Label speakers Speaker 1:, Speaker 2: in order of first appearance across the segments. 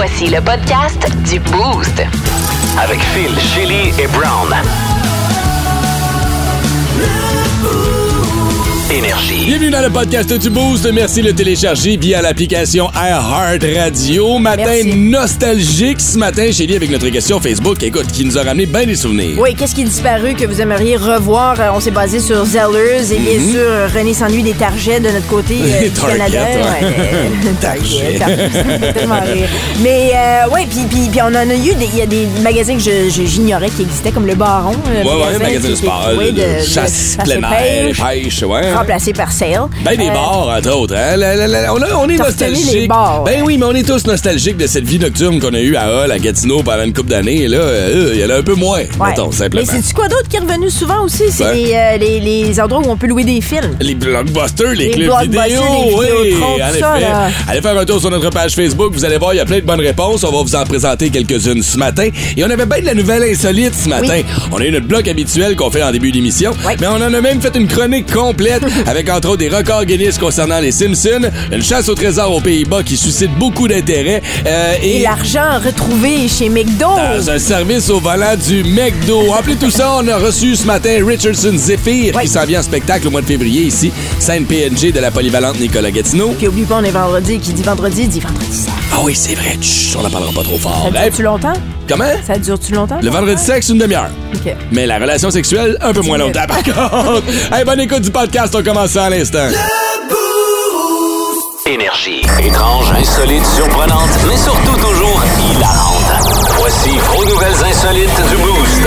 Speaker 1: Voici le podcast du Boost.
Speaker 2: Avec Phil, Chili et Brown. Énergie.
Speaker 3: Bienvenue dans le podcast du Boost. Merci de le télécharger via l'application iHeartRadio. Matin nostalgique ce matin, Chélie, avec notre question Facebook, écoute, qui nous a ramené bien des souvenirs.
Speaker 4: Oui, qu'est-ce qui est disparu que vous aimeriez revoir? On s'est basé sur Zellers et bien sûr, René s'ennuie des Targets de notre côté du Canada. Target, ça tellement rire. Mais oui, puis on en a eu, il y a des magasins que j'ignorais qui existaient, comme le Baron.
Speaker 3: Ouais, magasin de sport, de chasse plein air, pêche, ouais.
Speaker 4: Remplacé par Sale.
Speaker 3: Ben des bars, entre autres. Hein? On est nostalgique. Ben oui, mais on est tous nostalgiques de cette vie nocturne qu'on a eue à Hull, à Gatineau, pendant une couple d'années. Là, il y en a un peu moins, mettons, simplement.
Speaker 4: Mais c'est-tu quoi d'autre qui est revenu souvent aussi? C'est les endroits où on peut louer des films.
Speaker 3: Les blockbusters, les clubs vidéo. Oui, en effet. Allez faire un tour sur notre page Facebook. Vous allez voir, il y a plein de bonnes réponses. On va vous en présenter quelques-unes ce matin. Et on avait bien de la nouvelle insolite ce matin. Oui. On a eu notre bloc habituel qu'on fait en début d'émission. Oui. Mais on en a même fait une chronique complète avec entre autres des records Guinness concernant les Simpsons, une chasse au trésor aux Pays-Bas qui suscite beaucoup d'intérêt. Et
Speaker 4: l'argent retrouvé chez McDo.
Speaker 3: Dans un service au volant du McDo. En plus de tout ça, on a reçu ce matin Richardson Zephyr qui s'en vient en spectacle au mois de février ici, scène PNG de la polyvalente Nicolas Gatineau.
Speaker 4: Puis oublie pas, on est vendredi. Qui dit vendredi saint.
Speaker 3: Ah oui, c'est vrai. Chut, on n'en parlera pas trop fort.
Speaker 4: Ça dure-tu longtemps?
Speaker 3: Comment?
Speaker 4: Ça dure-tu longtemps?
Speaker 3: Le vendredi sexe, une demi-heure.
Speaker 4: OK.
Speaker 3: Mais la relation sexuelle, un peu moins longtemps par contre. Hey, bonne écoute du podcast, on commence ça à l'instant.
Speaker 2: Énergie. Étrange, insolite, surprenante, mais surtout toujours hilarante. Voici vos nouvelles insolites du Boost.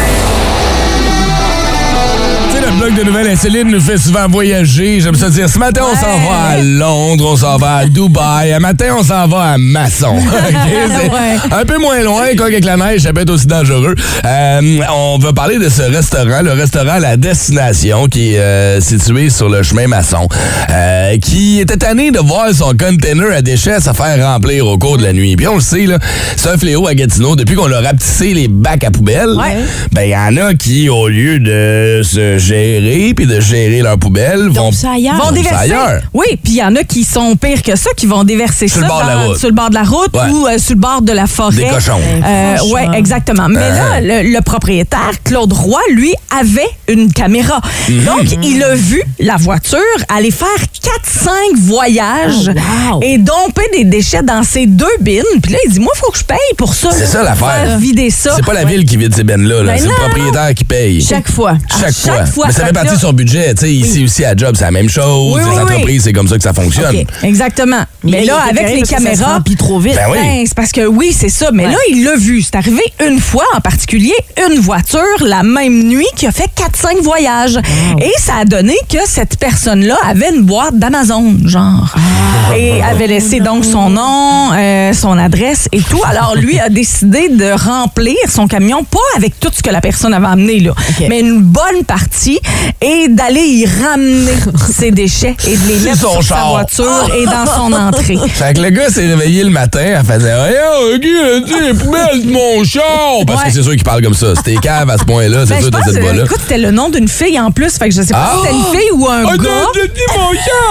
Speaker 3: Le blog de nouvelles insolites nous fait souvent voyager. J'aime ça dire. Ce matin, on s'en va à Londres, on s'en va à Dubaï. Un matin, on s'en va à Masson. C'est un peu moins loin, quoi qu'avec la neige, ça peut être aussi dangereux. On va parler de ce restaurant, le restaurant La Destination, qui est situé sur le chemin Masson, qui était tanné de voir son container à déchets se faire remplir au cours de la nuit. Puis on le sait, là, c'est un fléau à Gatineau. Depuis qu'on a rapetissé les bacs à poubelle, ben il y en a qui, au lieu de se gérer puis de gérer leurs poubelles, vont
Speaker 5: déverser
Speaker 3: ailleurs.
Speaker 5: Oui, puis il y en a qui sont pires que ça, qui vont déverser
Speaker 3: sur le bord de la route.
Speaker 5: Sur le bord de la route ou sur le bord de la forêt.
Speaker 3: Des cochons.
Speaker 5: Oui, exactement. Mais là, le propriétaire, Claude Roy, lui, avait une caméra. Donc, il a vu la voiture aller faire 4-5 voyages et domper des déchets dans ses 2 bines. Puis là, il dit, moi, il faut que je paye pour ça.
Speaker 3: C'est ça l'affaire.
Speaker 5: Faire vider ça.
Speaker 3: C'est pas la ville qui vide ces bines-là. Là. C'est le propriétaire qui paye.
Speaker 4: Chaque fois.
Speaker 3: Chaque fois. Mais ça fait partie de son budget. Ici aussi, à Job, c'est la même chose. Les entreprises, c'est comme ça que ça fonctionne.
Speaker 5: Okay. Exactement. Mais là, avec les caméras... Ça
Speaker 4: se trop vite.
Speaker 5: C'est parce que c'est ça. Mais là, il l'a vu. C'est arrivé une fois, en particulier, une voiture, la même nuit, qui a fait 4-5 voyages. Et ça a donné que cette personne-là avait une boîte d'Amazon, genre. Et avait laissé donc son nom, son adresse et tout. Alors, lui a décidé de remplir son camion, pas avec tout ce que la personne avait amené, là, mais une bonne partie, et d'aller y ramener ses déchets et de les mettre sur sa voiture et dans son entrée.
Speaker 3: Fait que le gars s'est réveillé le matin, elle faisait « Hey, les poubelles de mon char! » Parce que c'est sûr qu'il parle comme ça. C'était cave à ce point-là, c'est sûr de cette voix-là.
Speaker 5: Écoute, c'était le nom d'une fille en plus, fait que je sais pas si c'était une fille ou un gars.
Speaker 3: Mon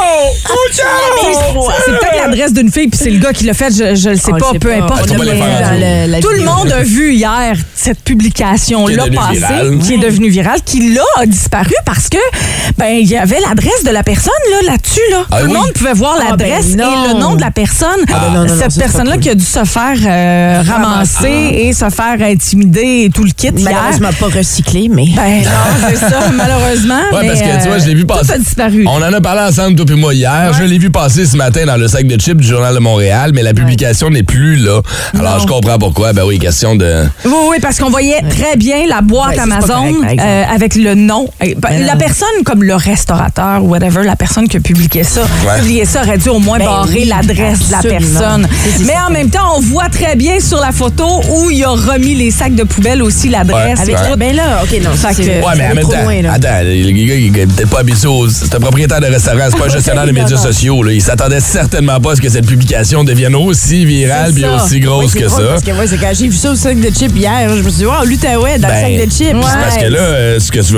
Speaker 3: char!
Speaker 5: C'est peut-être l'adresse d'une fille, puis c'est le gars qui l'a fait, je le sais pas, peu importe. Tout le monde a vu hier cette publication-là passer, qui est devenue virale, qui là a disparu parce que il y avait l'adresse de la personne là-dessus. Tout le monde pouvait voir l'adresse et le nom de la personne. Cette personne-là qui a dû se faire ramasser et se faire intimider et tout le kit hier.
Speaker 4: Malheureusement pas recyclé, mais...
Speaker 5: non, c'est ça, malheureusement.
Speaker 3: Oui, parce que tu vois, je l'ai vu passer.
Speaker 5: Tout a disparu.
Speaker 3: On en a parlé ensemble, toi et moi, hier. Je l'ai vu passer ce matin dans le sac de chips du Journal de Montréal, mais la publication n'est plus là. Alors, je comprends pourquoi. Ben oui, question de...
Speaker 5: Oui, parce qu'on voyait très bien la boîte Amazon avec le nom. La personne, comme le restaurateur ou whatever, la personne qui a publié ça, aurait dû au moins barrer l'adresse de la personne. Mais en même temps, on voit très bien sur la photo où il a remis les sacs de poubelle aussi l'adresse.
Speaker 4: Avec ben là, OK, non,
Speaker 3: c'est mais en même temps, attends, le gars, il est peut-être pas habitué c'est un propriétaire de restaurant, c'est pas un gestionnaire de médias sociaux. Là. Il s'attendait certainement pas à ce que cette publication devienne aussi virale et aussi grosse que ça.
Speaker 4: Parce que c'est quand j'ai vu ça au sac de chips hier, je me suis dit, wow, l'Outaouais dans le sac de chips.
Speaker 3: C'est parce que là, ce que tu veux pas non plus,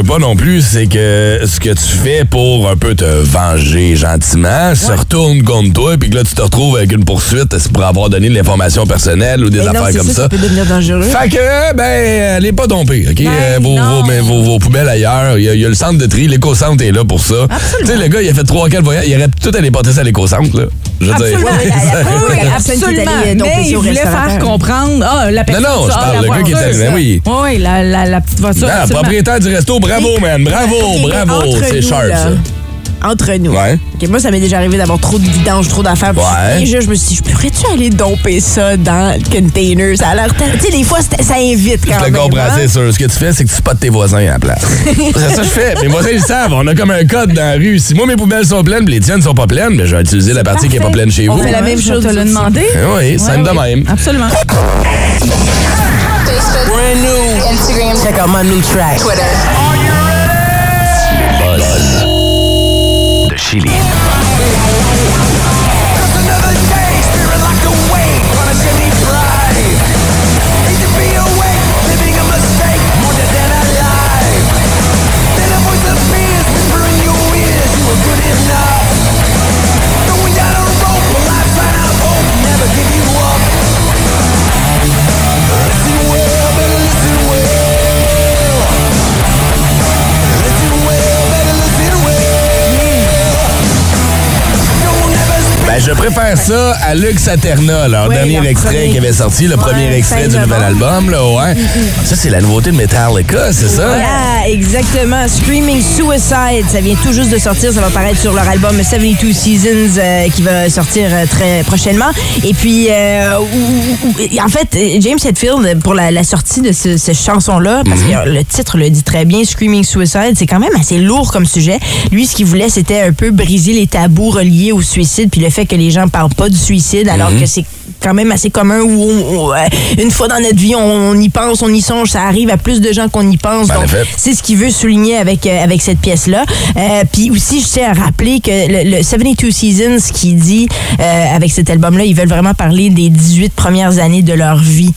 Speaker 3: plus, c'est que ce que tu fais pour un peu te venger gentiment se retourne contre toi, puis que là, tu te retrouves avec une poursuite pour avoir donné de l'information personnelle ou des affaires comme ça.
Speaker 4: Ça peut devenir dangereux.
Speaker 3: Fait que, ben, elle est pas dompée, OK? Vos poubelles ailleurs. Il y a le centre de tri, l'éco-centre est là pour ça. Tu sais, le gars, il a fait 3-4 voyages, il aurait tout allé porter ça à l'éco-centre, là. Je veux dire.
Speaker 5: Absolument. Mais il voulait faire comprendre. Ah, la personne.
Speaker 3: Non, je parle le gars qui est arrivé, oui.
Speaker 5: Oui, la petite voiture.
Speaker 3: Non, propriétaire du resto, bravo, man. Bravo. C'est sharp, ça.
Speaker 4: Entre nous.
Speaker 3: Ouais.
Speaker 4: Okay, moi, ça m'est déjà arrivé d'avoir trop de vidange, trop d'affaires.
Speaker 3: Ouais.
Speaker 4: Et je me suis dit, pourrais-tu aller domper ça dans le container? Ça a l'air... Tu sais, des fois, ça invite quand même.
Speaker 3: Je te comprends, c'est sûr. Ce que tu fais, c'est que tu spottes tes voisins à la place. C'est ça que je fais. Mes voisins, ils savent. On a comme un code dans la rue. Si moi, mes poubelles sont pleines, les tiennes sont pas pleines, mais je vais utiliser la partie qui est pas pleine chez vous.
Speaker 5: On fait la même chose. Tu l'as demandé.
Speaker 3: Oui, ça me de même.
Speaker 5: Absolument.
Speaker 1: Facebook,
Speaker 2: Brand new.
Speaker 1: Instagram,
Speaker 2: Check out my new track.
Speaker 1: Twitter.
Speaker 2: Le buzz de Chili.
Speaker 3: Je préfère ça à Lux Aeterna, leur dernier extrait qui avait sorti, le premier extrait du nouvel album. Là, ouais. Ça, c'est la nouveauté de Metallica, c'est ça?
Speaker 4: Yeah, exactement. Screaming Suicide, ça vient tout juste de sortir. Ça va paraître sur leur album 72 Seasons qui va sortir très prochainement. Et puis, en fait, James Hetfield, pour la sortie de cette chanson-là, parce que le titre le dit très bien, Screaming Suicide, c'est quand même assez lourd comme sujet. Lui, ce qu'il voulait, c'était un peu briser les tabous reliés au suicide, puis le fait que les gens parlent pas du suicide, alors que c'est quand même assez commun où une fois dans notre vie, on y pense, on y songe, ça arrive à plus de gens qu'on y pense. Donc, c'est ce qu'il veut souligner avec cette pièce-là. Puis aussi, je tiens à rappeler que le 72 Seasons, ce qu'il dit avec cet album-là, ils veulent vraiment parler des 18 premières années de leur vie.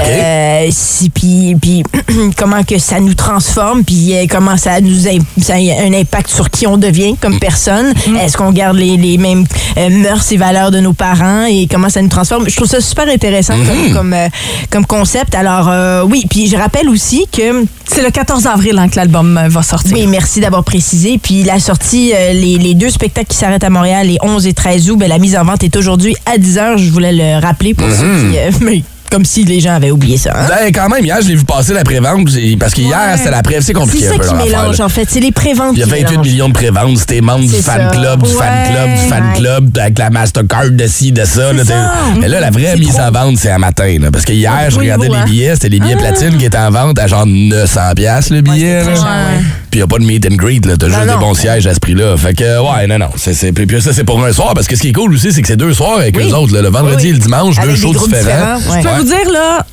Speaker 4: Puis comment que ça nous transforme, puis comment ça a un impact sur qui on devient comme personne. Est-ce qu'on garde les mêmes mœurs et valeurs de nos parents et comment ça nous transforme? Je trouve ça super intéressant comme concept. Alors, oui, puis je rappelle aussi que...
Speaker 5: C'est le 14 avril que l'album va sortir.
Speaker 4: Oui, merci d'avoir précisé. Puis la sortie, les deux spectacles qui s'arrêtent à Montréal, les 11 et 13 août, la mise en vente est aujourd'hui à 10h. Je voulais le rappeler pour ceux qui... Comme si les gens avaient oublié ça. Hein?
Speaker 3: Ben, quand même, hier, je l'ai vu passer la prévente. Parce qu'hier, c'était la prévente. C'est compliqué.
Speaker 4: C'est ça qui mélange, en fait. C'est les préventes.
Speaker 3: Il y a 28 millions de préventes. C'était membre du fan club, du fan club, avec la Mastercard de ci, de ça. Mais là, la vraie mise en vente, c'est à matin. Là, parce que hier, je regardais les billets. C'était les billets platine qui étaient en vente à genre 900$ le billet. Puis il n'y a pas de meet and greet. T'as juste des bons sièges à ce prix-là. Fait que, non. Puis ça, c'est pour un soir. Parce que ce qui est cool aussi, c'est que c'est 2 soirs avec eux autres. Le vendredi et le dimanche, avec 2 shows différents.
Speaker 5: Je peux vous dire, là,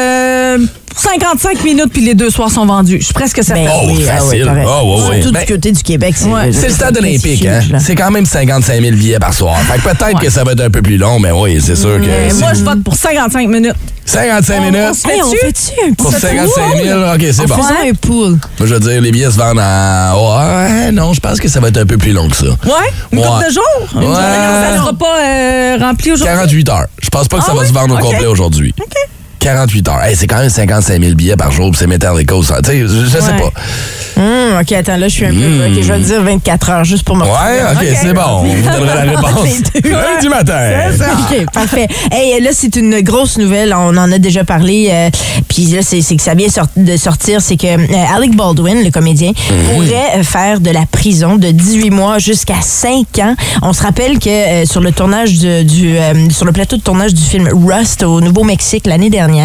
Speaker 5: 55 minutes puis les 2 soirs sont vendus. Je suis presque certaine.
Speaker 3: Facile.
Speaker 4: Surtout du côté du Québec.
Speaker 3: C'est le stade olympique, hein? C'est quand même 55 000 billets par soir. Fait que peut-être que ça va être un peu plus long, mais oui, c'est sûr que...
Speaker 5: Moi, je vote pour 55 minutes.
Speaker 3: 55 minutes?
Speaker 4: On fait-tu un
Speaker 3: pour 55 000? OK, c'est bon.
Speaker 4: On faisait un pool.
Speaker 3: Moi, je veux dire, les billets se vendent en... non, je pense que ça va être un peu plus long que ça.
Speaker 5: Une couple de jours? Ça ne sera pas rempli aujourd'hui?
Speaker 3: 48 heures. Je pense pas que ça va se vendre au complet aujourd'hui. OK. 48 heures. Hey, c'est quand même 55 000 billets par jour, puis c'est Metallica. Tu sais, je sais pas.
Speaker 4: OK, attends, là, je suis un peu... OK, je vais te dire 24 heures, juste pour me
Speaker 3: retrouver. OK, c'est bon. On vous donnera la réponse lundi matin.
Speaker 4: C'est ça. OK, parfait. Hey, là, c'est une grosse nouvelle. On en a déjà parlé. Puis là, c'est que ça vient de sortir. C'est que Alec Baldwin, le comédien, pourrait faire de la prison de 18 mois jusqu'à 5 ans. On se rappelle que sur le tournage sur le plateau de tournage du film Rust au Nouveau-Mexique l'année dernière,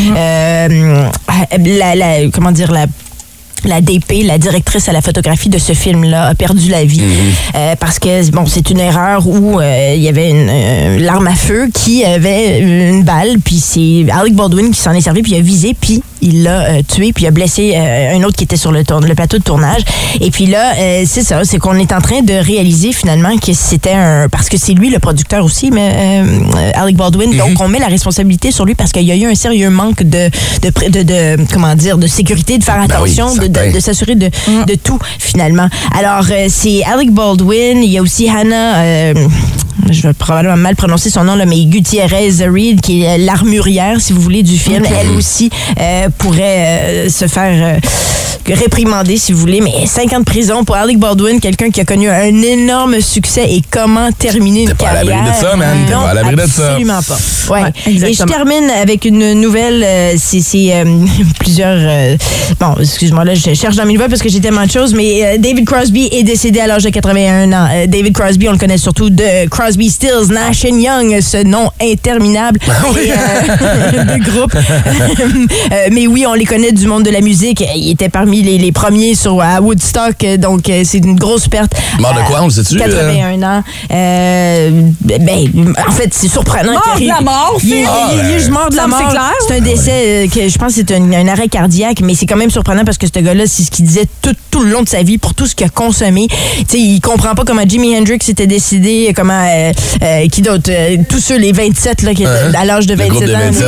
Speaker 4: la DP, la directrice à la photographie de ce film-là, a perdu la vie parce que, bon, c'est une erreur où il y avait l'arme à feu qui avait une balle, puis c'est Alec Baldwin qui s'en est servi, puis il a visé, puis il l'a tué, puis il a blessé un autre qui était sur le plateau de tournage. Et puis là, c'est ça, c'est qu'on est en train de réaliser finalement que c'était parce que c'est lui le producteur aussi, mais Alec Baldwin, donc on met la responsabilité sur lui parce qu'il y a eu un sérieux manque de sécurité, de faire attention, de s'assurer de tout finalement. Alors, c'est Alec Baldwin, il y a aussi Hannah, je vais probablement mal prononcer son nom, là, mais Gutierrez Reed, qui est l'armurière, si vous voulez, du film. Elle aussi pourrait se faire réprimander, si vous voulez, mais 5 ans de prison pour Alec Baldwin, quelqu'un qui a connu un énorme succès et comment terminer une carrière. T'es pas à l'abri de ça, man. T'es pas à l'abri de ça. Absolument pas. Ouais, et je termine avec une nouvelle, c'est plusieurs... bon, excuse-moi, là, je cherche dans mes nouvelles parce que j'ai tellement de choses, mais David Crosby est décédé à l'âge de 81 ans. David Crosby, on le connaît surtout de Crosby, Stills, Nash & Young, ce nom interminable de groupe. Mais oui, on les connaît du monde de la musique. Il était parmi les premiers à Woodstock, donc c'est une grosse perte.
Speaker 3: Mort de quoi, on le sait-tu?
Speaker 4: 81 ans. En fait, c'est surprenant.
Speaker 5: Mort de la mort,
Speaker 4: il est juste mort de la mort.
Speaker 5: C'est clair.
Speaker 4: C'est un décès que je pense que c'est un arrêt cardiaque, mais c'est quand même surprenant parce que ce gars-là, c'est ce qu'il disait tout le long de sa vie pour tout ce qu'il a consommé. T'sais, il comprend pas comment Jimi Hendrix était décédé, comment qui d'autre? Tous ceux, les 27 là, qui étaient à l'âge de 27 ans.
Speaker 3: Le groupe de 27,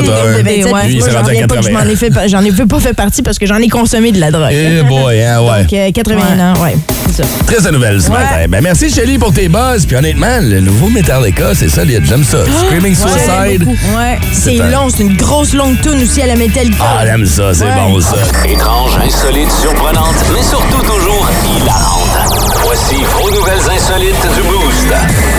Speaker 4: j'en ai pas fait partie parce que j'en ai consommé de la drogue.
Speaker 3: Eh boy, hein, ouais.
Speaker 4: Donc, 81 ans, ouais. C'est ça.
Speaker 3: Très de nouvelles ce matin. Ben, merci, Shelly, pour tes buzz. Puis honnêtement, le nouveau Metallica, c'est solide. J'aime ça. Screaming Suicide.
Speaker 4: Ouais. C'est long. C'est une grosse longue tune aussi à la Metallica.
Speaker 3: Ah, j'aime ça. C'est bon, ça.
Speaker 2: Étrange, insolite, surprenante, mais surtout toujours hilarante. Voici vos nouvelles insolites du Boost.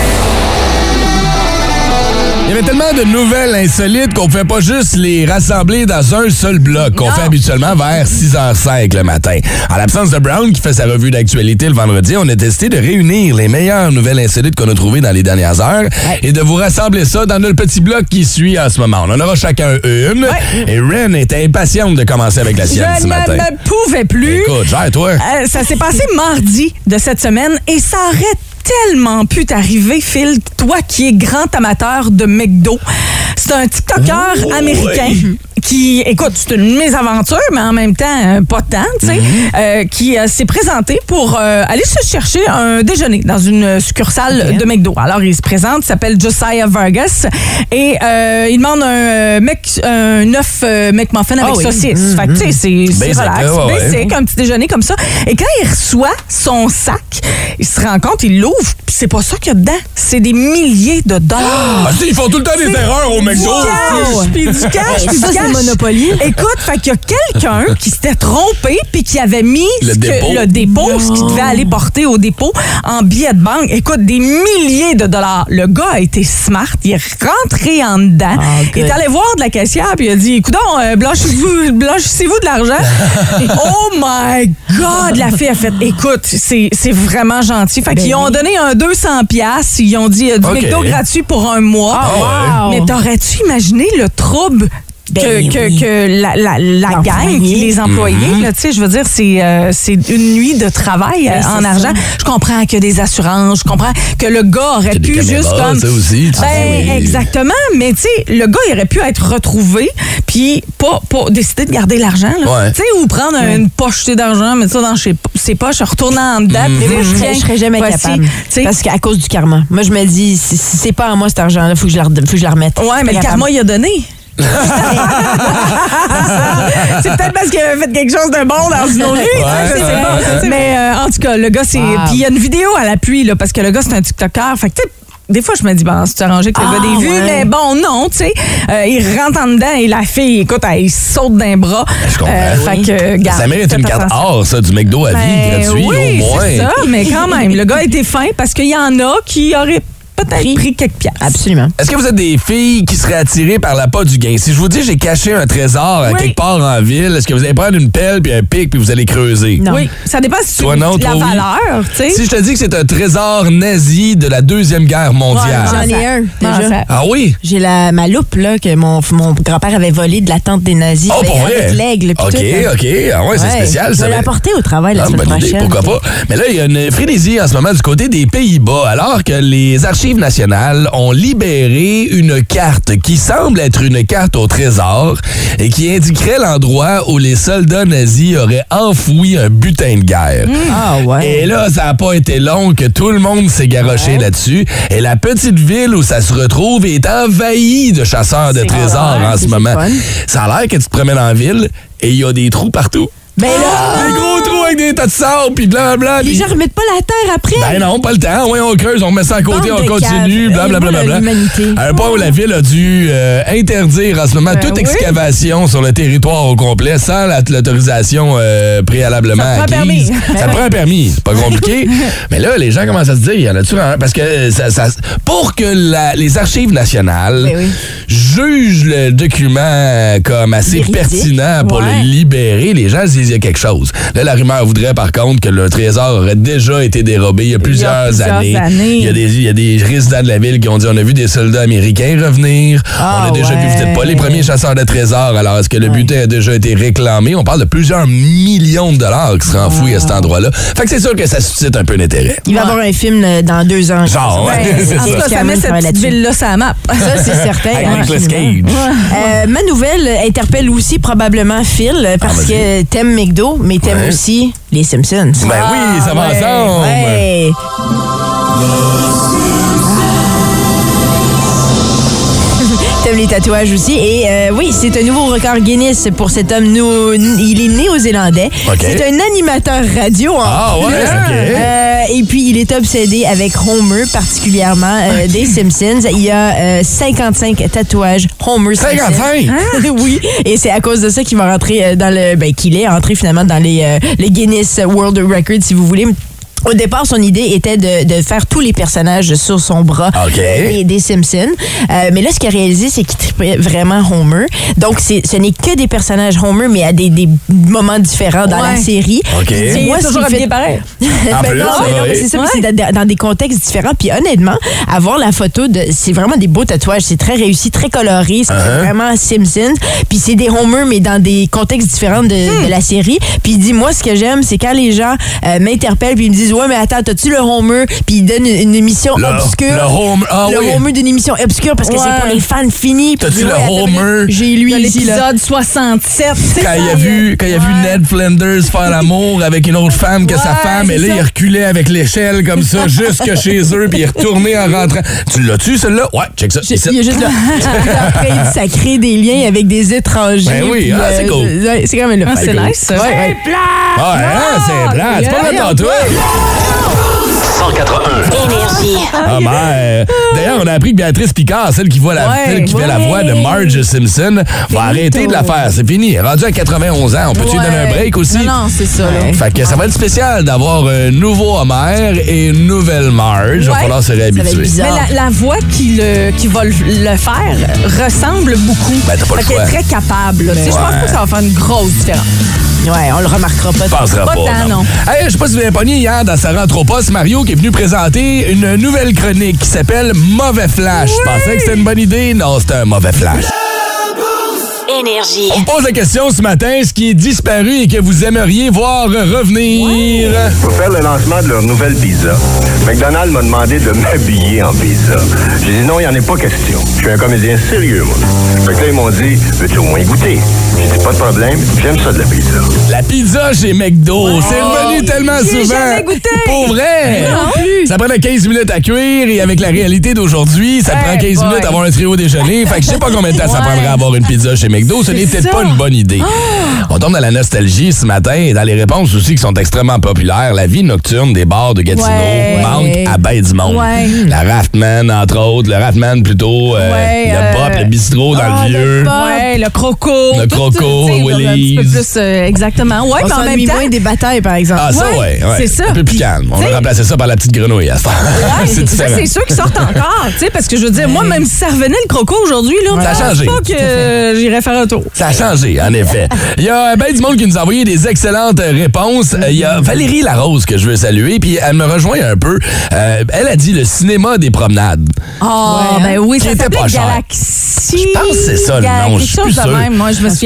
Speaker 3: Il y avait tellement de nouvelles insolites qu'on ne pouvait pas juste les rassembler dans un seul bloc qu'on fait habituellement vers 6h05 le matin. En l'absence de Brown qui fait sa revue d'actualité le vendredi, on a décidé de réunir les meilleures nouvelles insolites qu'on a trouvées dans les dernières heures et de vous rassembler ça dans notre petit bloc qui suit en ce moment. On en aura chacun une. Et Ren était impatiente de commencer avec la sienne ce matin.
Speaker 5: Je ne me pouvais plus.
Speaker 3: Écoute, gère-toi.
Speaker 5: Ça s'est passé mardi de cette semaine et ça arrête tellement pu t'arriver, Phil, toi qui es grand amateur de McDo. C'est un TikToker américain qui, écoute, c'est une mésaventure, mais en même temps, pas tant, tu sais, qui s'est présenté pour aller se chercher un déjeuner dans une succursale de McDo. Alors, il se présente, il s'appelle Josiah Vargas, et il demande un œuf McMuffin avec saucisse. Fait que, tu sais, c'est relax, basic, un petit déjeuner comme ça. Et quand il reçoit son sac, il se rend compte, il l'ouvre, puis c'est pas ça qu'il y a dedans. C'est des milliers de dollars.
Speaker 3: Ah, ils font tout le temps des erreurs au McDo.
Speaker 5: Puis du cash, puis du cash.
Speaker 4: Monopoly.
Speaker 5: Écoute, fait qu'il y a quelqu'un qui s'était trompé puis qui avait mis le dépôt, ce qu'il devait aller porter au dépôt en billet de banque. Écoute, des milliers de dollars. Le gars a été smart, il est rentré en dedans. Il est allé voir de la caissière puis il a dit, écoute, blanchissez-vous de l'argent. Oh my God! La fille a fait, écoute, c'est vraiment gentil. Fait qu'ils ont donné un 200$. Ils ont dit du McDo gratuit pour un mois. Mais t'aurais-tu imaginé le trouble que la gang, les employés, là, tu sais, je veux dire, c'est une nuit de travail en argent. Je comprends qu'il y a des assurances, je comprends que le gars aurait pu juste comme...
Speaker 3: Ça aussi,
Speaker 5: exactement, mais tu sais, le gars, il aurait pu être retrouvé puis pas décider de garder l'argent, tu sais, ou prendre une poche d'argent, mettre ça dans ses poches, retourner en dedans.
Speaker 4: Je serais jamais capable. Parce qu'à cause du karma. Moi, je me dis, si c'est pas à moi cet argent-là, il faut que je la remette.
Speaker 5: Ouais, mais le karma, il a donné. C'est peut-être parce qu'il avait fait quelque chose de bon dans une autre vie. Mais en tout cas, le gars, c'est... Puis il y a une vidéo à l'appui, là, parce que le gars, c'est un TikToker. Fait que, tu sais, des fois, je me dis, c'est arrangé que le gars des vues, mais bon, non, tu sais. Il rentre en dedans et la fille, écoute, elle saute d'un bras.
Speaker 3: Je comprends.
Speaker 5: Fait que, garde,
Speaker 3: ça mérite une carte or, ça, du McDo à vie, gratuit,
Speaker 5: oui,
Speaker 3: au moins.
Speaker 5: C'est ça, mais quand même, le gars était fin parce qu'il y en a qui auraient peut-être pris quelques piastres.
Speaker 4: Absolument.
Speaker 3: Est-ce que vous êtes des filles qui seraient attirées par l'appât du gain? Si je vous dis j'ai caché un trésor quelque part en ville, est-ce que vous allez prendre une pelle puis un pic puis vous allez creuser?
Speaker 5: Non. Oui, ça dépend si tu la valeur, tu sais.
Speaker 3: Si je te dis que c'est un trésor nazi de la Deuxième Guerre mondiale.
Speaker 4: J'en ai un, déjà.
Speaker 3: Ah oui?
Speaker 4: J'ai ma loupe, là, que mon grand-père avait volée de la tente des nazis.
Speaker 3: Oh, pour vrai?
Speaker 4: Avec l'aigle.
Speaker 3: OK. Ah ouais, c'est spécial.
Speaker 4: Je vais l'apporter au travail la semaine prochaine.
Speaker 3: Pourquoi pas? Mais là, il y a une frénésie en ce moment du côté des Pays-Bas, alors que les archives Archives nationales ont libéré une carte qui semble être une carte au trésor et qui indiquerait l'endroit où les soldats nazis auraient enfoui un butin de guerre.
Speaker 4: Ah ouais.
Speaker 3: Et là, ça n'a pas été long que tout le monde s'est garoché là-dessus. Et la petite ville où ça se retrouve est envahie de chasseurs de trésors en ce moment. Ça a l'air que tu te promènes en ville et il y a des trous partout.
Speaker 4: Ben là,
Speaker 3: Des gros trous avec des tas de sable, puis blablabla.
Speaker 4: les gens remettent pas la terre après.
Speaker 3: Ben non, pas le temps. Ouais, on creuse, on met ça à côté,
Speaker 4: Bande
Speaker 3: on
Speaker 4: de
Speaker 3: continue,
Speaker 4: caves.
Speaker 3: blablabla.
Speaker 4: L'humanité.
Speaker 3: À un point où la ville a dû interdire en ce moment toute excavation sur le territoire au complet sans l'autorisation préalablement
Speaker 5: Ça prend un
Speaker 3: acquise.
Speaker 5: permis.
Speaker 3: Ça prend un permis. C'est pas compliqué. Mais là, les gens commencent à se dire, il y en a-tu un? Parce que pour que les Archives nationales jugent le document comme assez
Speaker 4: Véridique.
Speaker 3: pertinent pour le libérer, les gens se disent, il y a quelque chose. Là, la rumeur voudrait, par contre, que le trésor aurait déjà été dérobé il y a plusieurs années. Il y a des résidents de la ville qui ont dit, on a vu des soldats américains revenir. On a déjà vu, vous n'êtes pas les premiers chasseurs de trésors. Alors, est-ce que le butin a déjà été réclamé? On parle de plusieurs millions de dollars qui seraient enfouis à cet endroit-là. Fait que c'est sûr que ça suscite un peu d'intérêt.
Speaker 4: Il va y avoir un film dans 2 ans.
Speaker 3: Genre, ouais, c'est
Speaker 5: En tout cas, ça met cette petite ville-là sur la map.
Speaker 4: Ça, c'est certain.
Speaker 3: Avec Nicolas Cage.
Speaker 4: Ma nouvelle interpelle aussi probablement Phil parce que t'aimes McDo, mais t'aimes aussi les Simpsons.
Speaker 3: Ben oui, ça va ensemble.
Speaker 4: Ouais. T'aimes les tatouages aussi. Et oui, c'est un nouveau record Guinness pour cet homme. Il est néo-zélandais.
Speaker 3: OK.
Speaker 4: C'est un animateur radio.
Speaker 3: Ah ouais, OK.
Speaker 4: Et puis, il est obsédé avec Homer, particulièrement des Simpsons. Il y a 55 tatouages Homer Simpson.
Speaker 3: 55?
Speaker 4: Oui, et c'est à cause de ça qu'il va rentrer qu'il est entré finalement dans les Guinness World Records, si vous voulez. Au départ, son idée était de faire tous les personnages sur son bras des Simpsons. Mais là, ce qu'il a réalisé, c'est qu'il trippait vraiment Homer. Donc, ce n'est que des personnages Homer, mais à des moments différents dans la série.
Speaker 3: OK.
Speaker 4: Moi,
Speaker 5: toujours habillé pareil.
Speaker 3: En plus,
Speaker 4: c'est ça, c'est dans des contextes différents. Puis honnêtement, avoir la photo c'est vraiment des beaux tatouages. C'est très réussi, très coloré. C'est vraiment Simpsons. Puis c'est des Homer, mais dans des contextes différents de la série. Puis il dit, moi, ce que j'aime, c'est quand les gens m'interpellent puis ils me disent, ouais, mais attends, t'as-tu le Homer? Puis il donne une émission obscure.
Speaker 3: Le
Speaker 4: Homer d'une émission obscure parce que c'est pour les fans finis.
Speaker 3: T'as-tu le Homer?
Speaker 4: J'ai lui ici, là.
Speaker 5: L'épisode 67.
Speaker 3: Quand il a vu Ned Flanders faire l'amour avec une autre femme que sa femme, et là, il reculait avec l'échelle comme ça jusque chez eux, puis il est retourné en rentrant. Tu l'as-tu, celle-là? Ouais, check ça.
Speaker 4: Il y a juste là. Après, ça crée des liens avec des étrangers.
Speaker 3: Ben oui,
Speaker 4: puis,
Speaker 3: c'est cool.
Speaker 4: C'est quand même le fun.
Speaker 5: C'est nice, ça.
Speaker 3: Ouais, c'est plat. C'est pas vrai toi.
Speaker 2: 181.
Speaker 1: Énergie.
Speaker 3: Ah, mère. D'ailleurs, on a appris que Béatrice Picard, celle qui fait la voix de Marge Simpson, va arrêter de la faire. C'est fini. Elle est rendue à 91 ans. On peut-tu lui donner un break aussi?
Speaker 5: Non, c'est ça. Là.
Speaker 3: Fait que ça va être spécial d'avoir un nouveau Homer et une nouvelle Marge. Il va falloir se réhabituer.
Speaker 5: Mais la voix qui va le faire ressemble beaucoup.
Speaker 3: Ben, t'as pas le
Speaker 5: Fait qu'elle
Speaker 3: choix.
Speaker 5: est très capable. Là. Je pense pas que ça va faire une grosse différence.
Speaker 4: Ouais, on le remarquera pas.
Speaker 3: Je penserais pas.
Speaker 5: tant, non.
Speaker 3: Hey, je sais pas si vous avez pogné hier dans sa rentre au poste, Mario qui est venu présenter une nouvelle chronique qui s'appelle Mauvais Flash. Je pensais que c'était une bonne idée. Non, c'était un mauvais flash.
Speaker 1: Énergie.
Speaker 3: On pose la question ce matin, ce qui est disparu et que vous aimeriez voir revenir.
Speaker 6: Pour faire le lancement de leur nouvelle pizza, McDonald's m'a demandé de m'habiller en pizza. J'ai dit non, il n'y en a pas question. Je suis un comédien sérieux, moi. Fait que là, ils m'ont dit, veux-tu au moins goûter? J'ai dit, pas de problème, j'aime ça de la pizza.
Speaker 3: La pizza chez McDo, c'est revenu tellement souvent.
Speaker 5: jamais goûté.
Speaker 3: Pour vrai?
Speaker 5: Non plus.
Speaker 3: Ça prenait 15 minutes à cuire et avec la réalité d'aujourd'hui, ça prend 15 minutes à avoir un trio déjeuner. Fait que je sais pas combien de temps ça prendrait à avoir une pizza chez McDo. Ce n'est peut-être pas une bonne idée. On tombe dans la nostalgie ce matin et dans les réponses aussi qui sont extrêmement populaires. La vie nocturne des bars de Gatineau manque à ben du monde. La Raftman, entre autres. Le Raftman, plutôt. Le Pop, le bistrot dans le vieux.
Speaker 5: Le Croco.
Speaker 3: Le Croco, Willys.
Speaker 5: Un petit peu plus, exactement. Ouais,
Speaker 4: On
Speaker 5: mais en même
Speaker 4: s'ennuie
Speaker 5: temps...
Speaker 4: moins des batailles, par exemple.
Speaker 3: Ah, ça, ouais.
Speaker 5: c'est ça.
Speaker 3: Un peu plus
Speaker 5: Puis,
Speaker 3: calme. On
Speaker 5: t'sais,
Speaker 3: a remplacé ça par la petite grenouille à ce temps. C'est
Speaker 5: ça,
Speaker 3: différent.
Speaker 5: c'est sûr qu'ils sortent encore, tu sais, parce que je veux dire, moi, même si ça revenait le Croco aujourd'hui, là,
Speaker 3: Ça a
Speaker 5: je pense
Speaker 3: changé.
Speaker 5: pas que j'irais faire un tour.
Speaker 3: Ça a changé, en effet. Il y a ben du monde qui nous a envoyé des excellentes réponses. Il y a Valérie Larose que je veux saluer, puis elle me rejoint un peu. Elle a dit le cinéma des promenades.
Speaker 5: Ah, ben oui,
Speaker 3: Qui
Speaker 5: ça
Speaker 3: était
Speaker 5: s'appelait
Speaker 3: pas cher.
Speaker 5: Galaxy.
Speaker 3: Je pense que c'est ça le nom, je suis
Speaker 5: Quelque chose
Speaker 3: plus
Speaker 5: de
Speaker 3: sûr.
Speaker 5: même, moi, je me souviens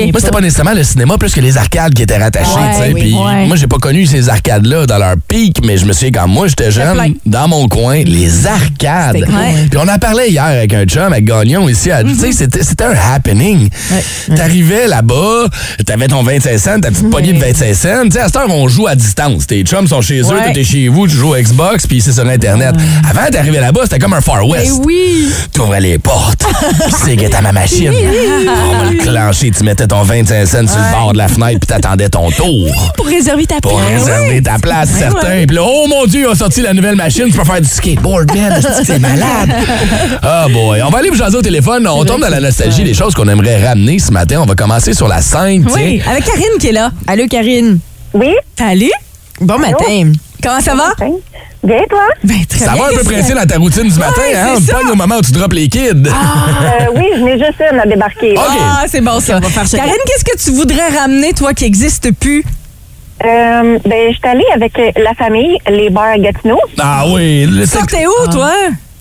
Speaker 3: Moi, c'était pas nécessairement le cinéma, plus que les arcades qui étaient rattachées.
Speaker 5: Ouais,
Speaker 3: Puis moi, j'ai pas connu ces arcades-là dans leur pic, mais je me souviens quand moi, j'étais jeune, dans mon coin, les arcades. Puis on en parlait hier avec un chum, avec Gagnon ici. Tu sais, c'était un happening. T'arrivais là-bas, t'avais ton 25 cents, ta petite poignée de 25 cents. Tu sais, à cette heure, on joue à distance. Tes chums sont chez eux, t'es chez vous, tu joues au Xbox, puis c'est sur Internet. Avant, t'arrivais là-bas, c'était comme un Far West. T'ouvrais les portes, puis c'est que t'as ma machine. On va le clencher, tu mettais ton 25 cents sur le bord de la fenêtre, puis t'attendais ton tour.
Speaker 5: Pour réserver ta place.
Speaker 3: Pour réserver ta place, certain. Puis là, oh mon Dieu, ils ont sorti la nouvelle machine, tu peux faire du skateboard, man, c'est malade. Ah boy, on va aller vous jaser au téléphone. On tombe dans la nostalgie des choses qu'on aimerait ramener ce matin. On va commencer sur la scène.
Speaker 5: Oui, avec Karine qui est là.
Speaker 4: Allô, Karine?
Speaker 7: Oui?
Speaker 5: Salut.
Speaker 4: Bon matin.
Speaker 5: Comment ça va?
Speaker 7: Bien, toi?
Speaker 5: Ben, très
Speaker 3: Ça
Speaker 5: bien.
Speaker 3: va un peu pressé dans ta routine du matin, hein?
Speaker 5: c'est ça.
Speaker 3: Pas au moment où tu drops les kids.
Speaker 7: Oui, je venais juste à débarquer.
Speaker 3: OK.
Speaker 5: Ah, c'est bon ça. Karine, qu'est-ce que tu voudrais ramener, toi, qui n'existe plus?
Speaker 7: Ben, je suis allée avec la famille, les bars à Gatineau.
Speaker 3: Ah oui.
Speaker 5: Sortais où, toi?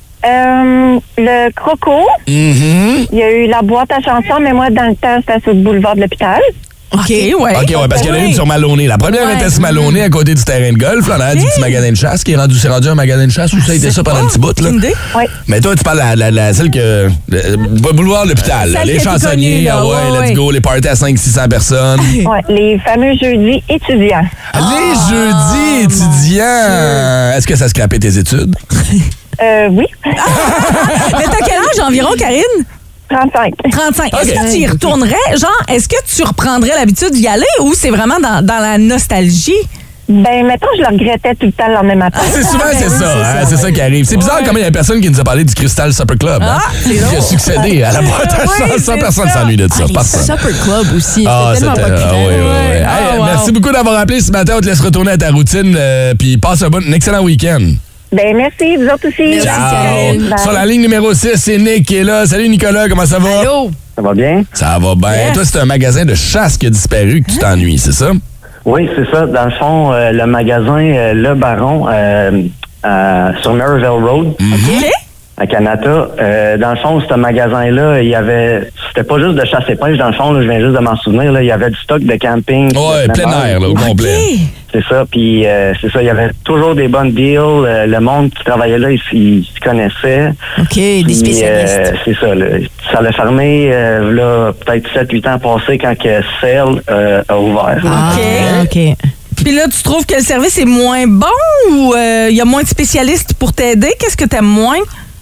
Speaker 7: Le Croco. Il y a eu la boîte à chansons, mais moi, dans le temps, c'était sur le boulevard de l'hôpital.
Speaker 5: OK, ouais.
Speaker 3: OK, ouais, parce qu'il y en a une sur Maloney. La première était sur Maloney, à côté du terrain de golf. Là, on a du petit magasin de chasse qui c'est rendu un magasin de chasse ou ça a été ça pendant un petit bout, là?
Speaker 7: Oui.
Speaker 3: Mais toi, tu parles de celle que. Le boulevard de l'hôpital, là,
Speaker 5: Celle
Speaker 3: les
Speaker 5: qui est
Speaker 3: chansonniers,
Speaker 5: connue, là,
Speaker 3: ah ouais, let's go, les parties à 500-600 personnes.
Speaker 7: Ouais, les fameux jeudis étudiants.
Speaker 3: Les jeudis étudiants. Est-ce que ça scrapait tes études?
Speaker 7: Oui.
Speaker 5: Mais t'as quel âge environ, Karine?
Speaker 7: 35.
Speaker 5: 35. Est-ce
Speaker 3: OK.
Speaker 5: que tu y retournerais? Genre, est-ce que tu reprendrais l'habitude d'y aller ou c'est vraiment dans la nostalgie?
Speaker 7: Ben, mettons, je le regrettais tout le temps le lendemain matin.
Speaker 3: C'est souvent c'est ça, hein, c'est ça qui arrive. C'est bizarre comment il y a personne qui nous a parlé du Crystal Supper Club. Hein, qui a succédé à la boîte à chansons. Personne s'ennuie de ça. Personne.
Speaker 4: Supper Club aussi.
Speaker 3: Ah,
Speaker 4: C'était tellement
Speaker 3: c'était.
Speaker 4: populaire.
Speaker 3: Oui, oui, oui. Hey, merci beaucoup d'avoir appelé ce matin. On te laisse retourner à ta routine. Puis passe un excellent week-end.
Speaker 7: Ben, merci, vous autres aussi.
Speaker 3: Ciao.
Speaker 7: Bye.
Speaker 3: Sur la ligne numéro 6, c'est Nick qui est là. Salut Nicolas, comment ça va?
Speaker 4: Allô?
Speaker 6: Ça va bien?
Speaker 3: Ça va bien. Toi, c'est un magasin de chasse qui a disparu que tu t'ennuies, c'est ça?
Speaker 6: Oui, c'est ça. Dans le fond, le magasin Le Baron sur Merivale Road, à Canada. Dans le fond, ce magasin-là, il y avait... C'était pas juste de chasse et pêche, dans le fond, là, je viens juste de m'en souvenir. Là, il y avait du stock de camping.
Speaker 3: Ouais,
Speaker 6: de
Speaker 3: plein air, là, au complet.
Speaker 6: C'est ça. Puis, c'est ça, il y avait toujours des bonnes deals. Le monde qui travaillait là, il se connaissait.
Speaker 4: OK, des
Speaker 6: Puis,
Speaker 4: spécialistes.
Speaker 6: c'est ça. Là, ça a fermé, là, peut-être 7-8 ans passés quand que Cell a ouvert.
Speaker 5: OK. Puis là, tu trouves que le service est moins bon ou il y a moins de spécialistes pour t'aider? Qu'est-ce que t'aimes moins?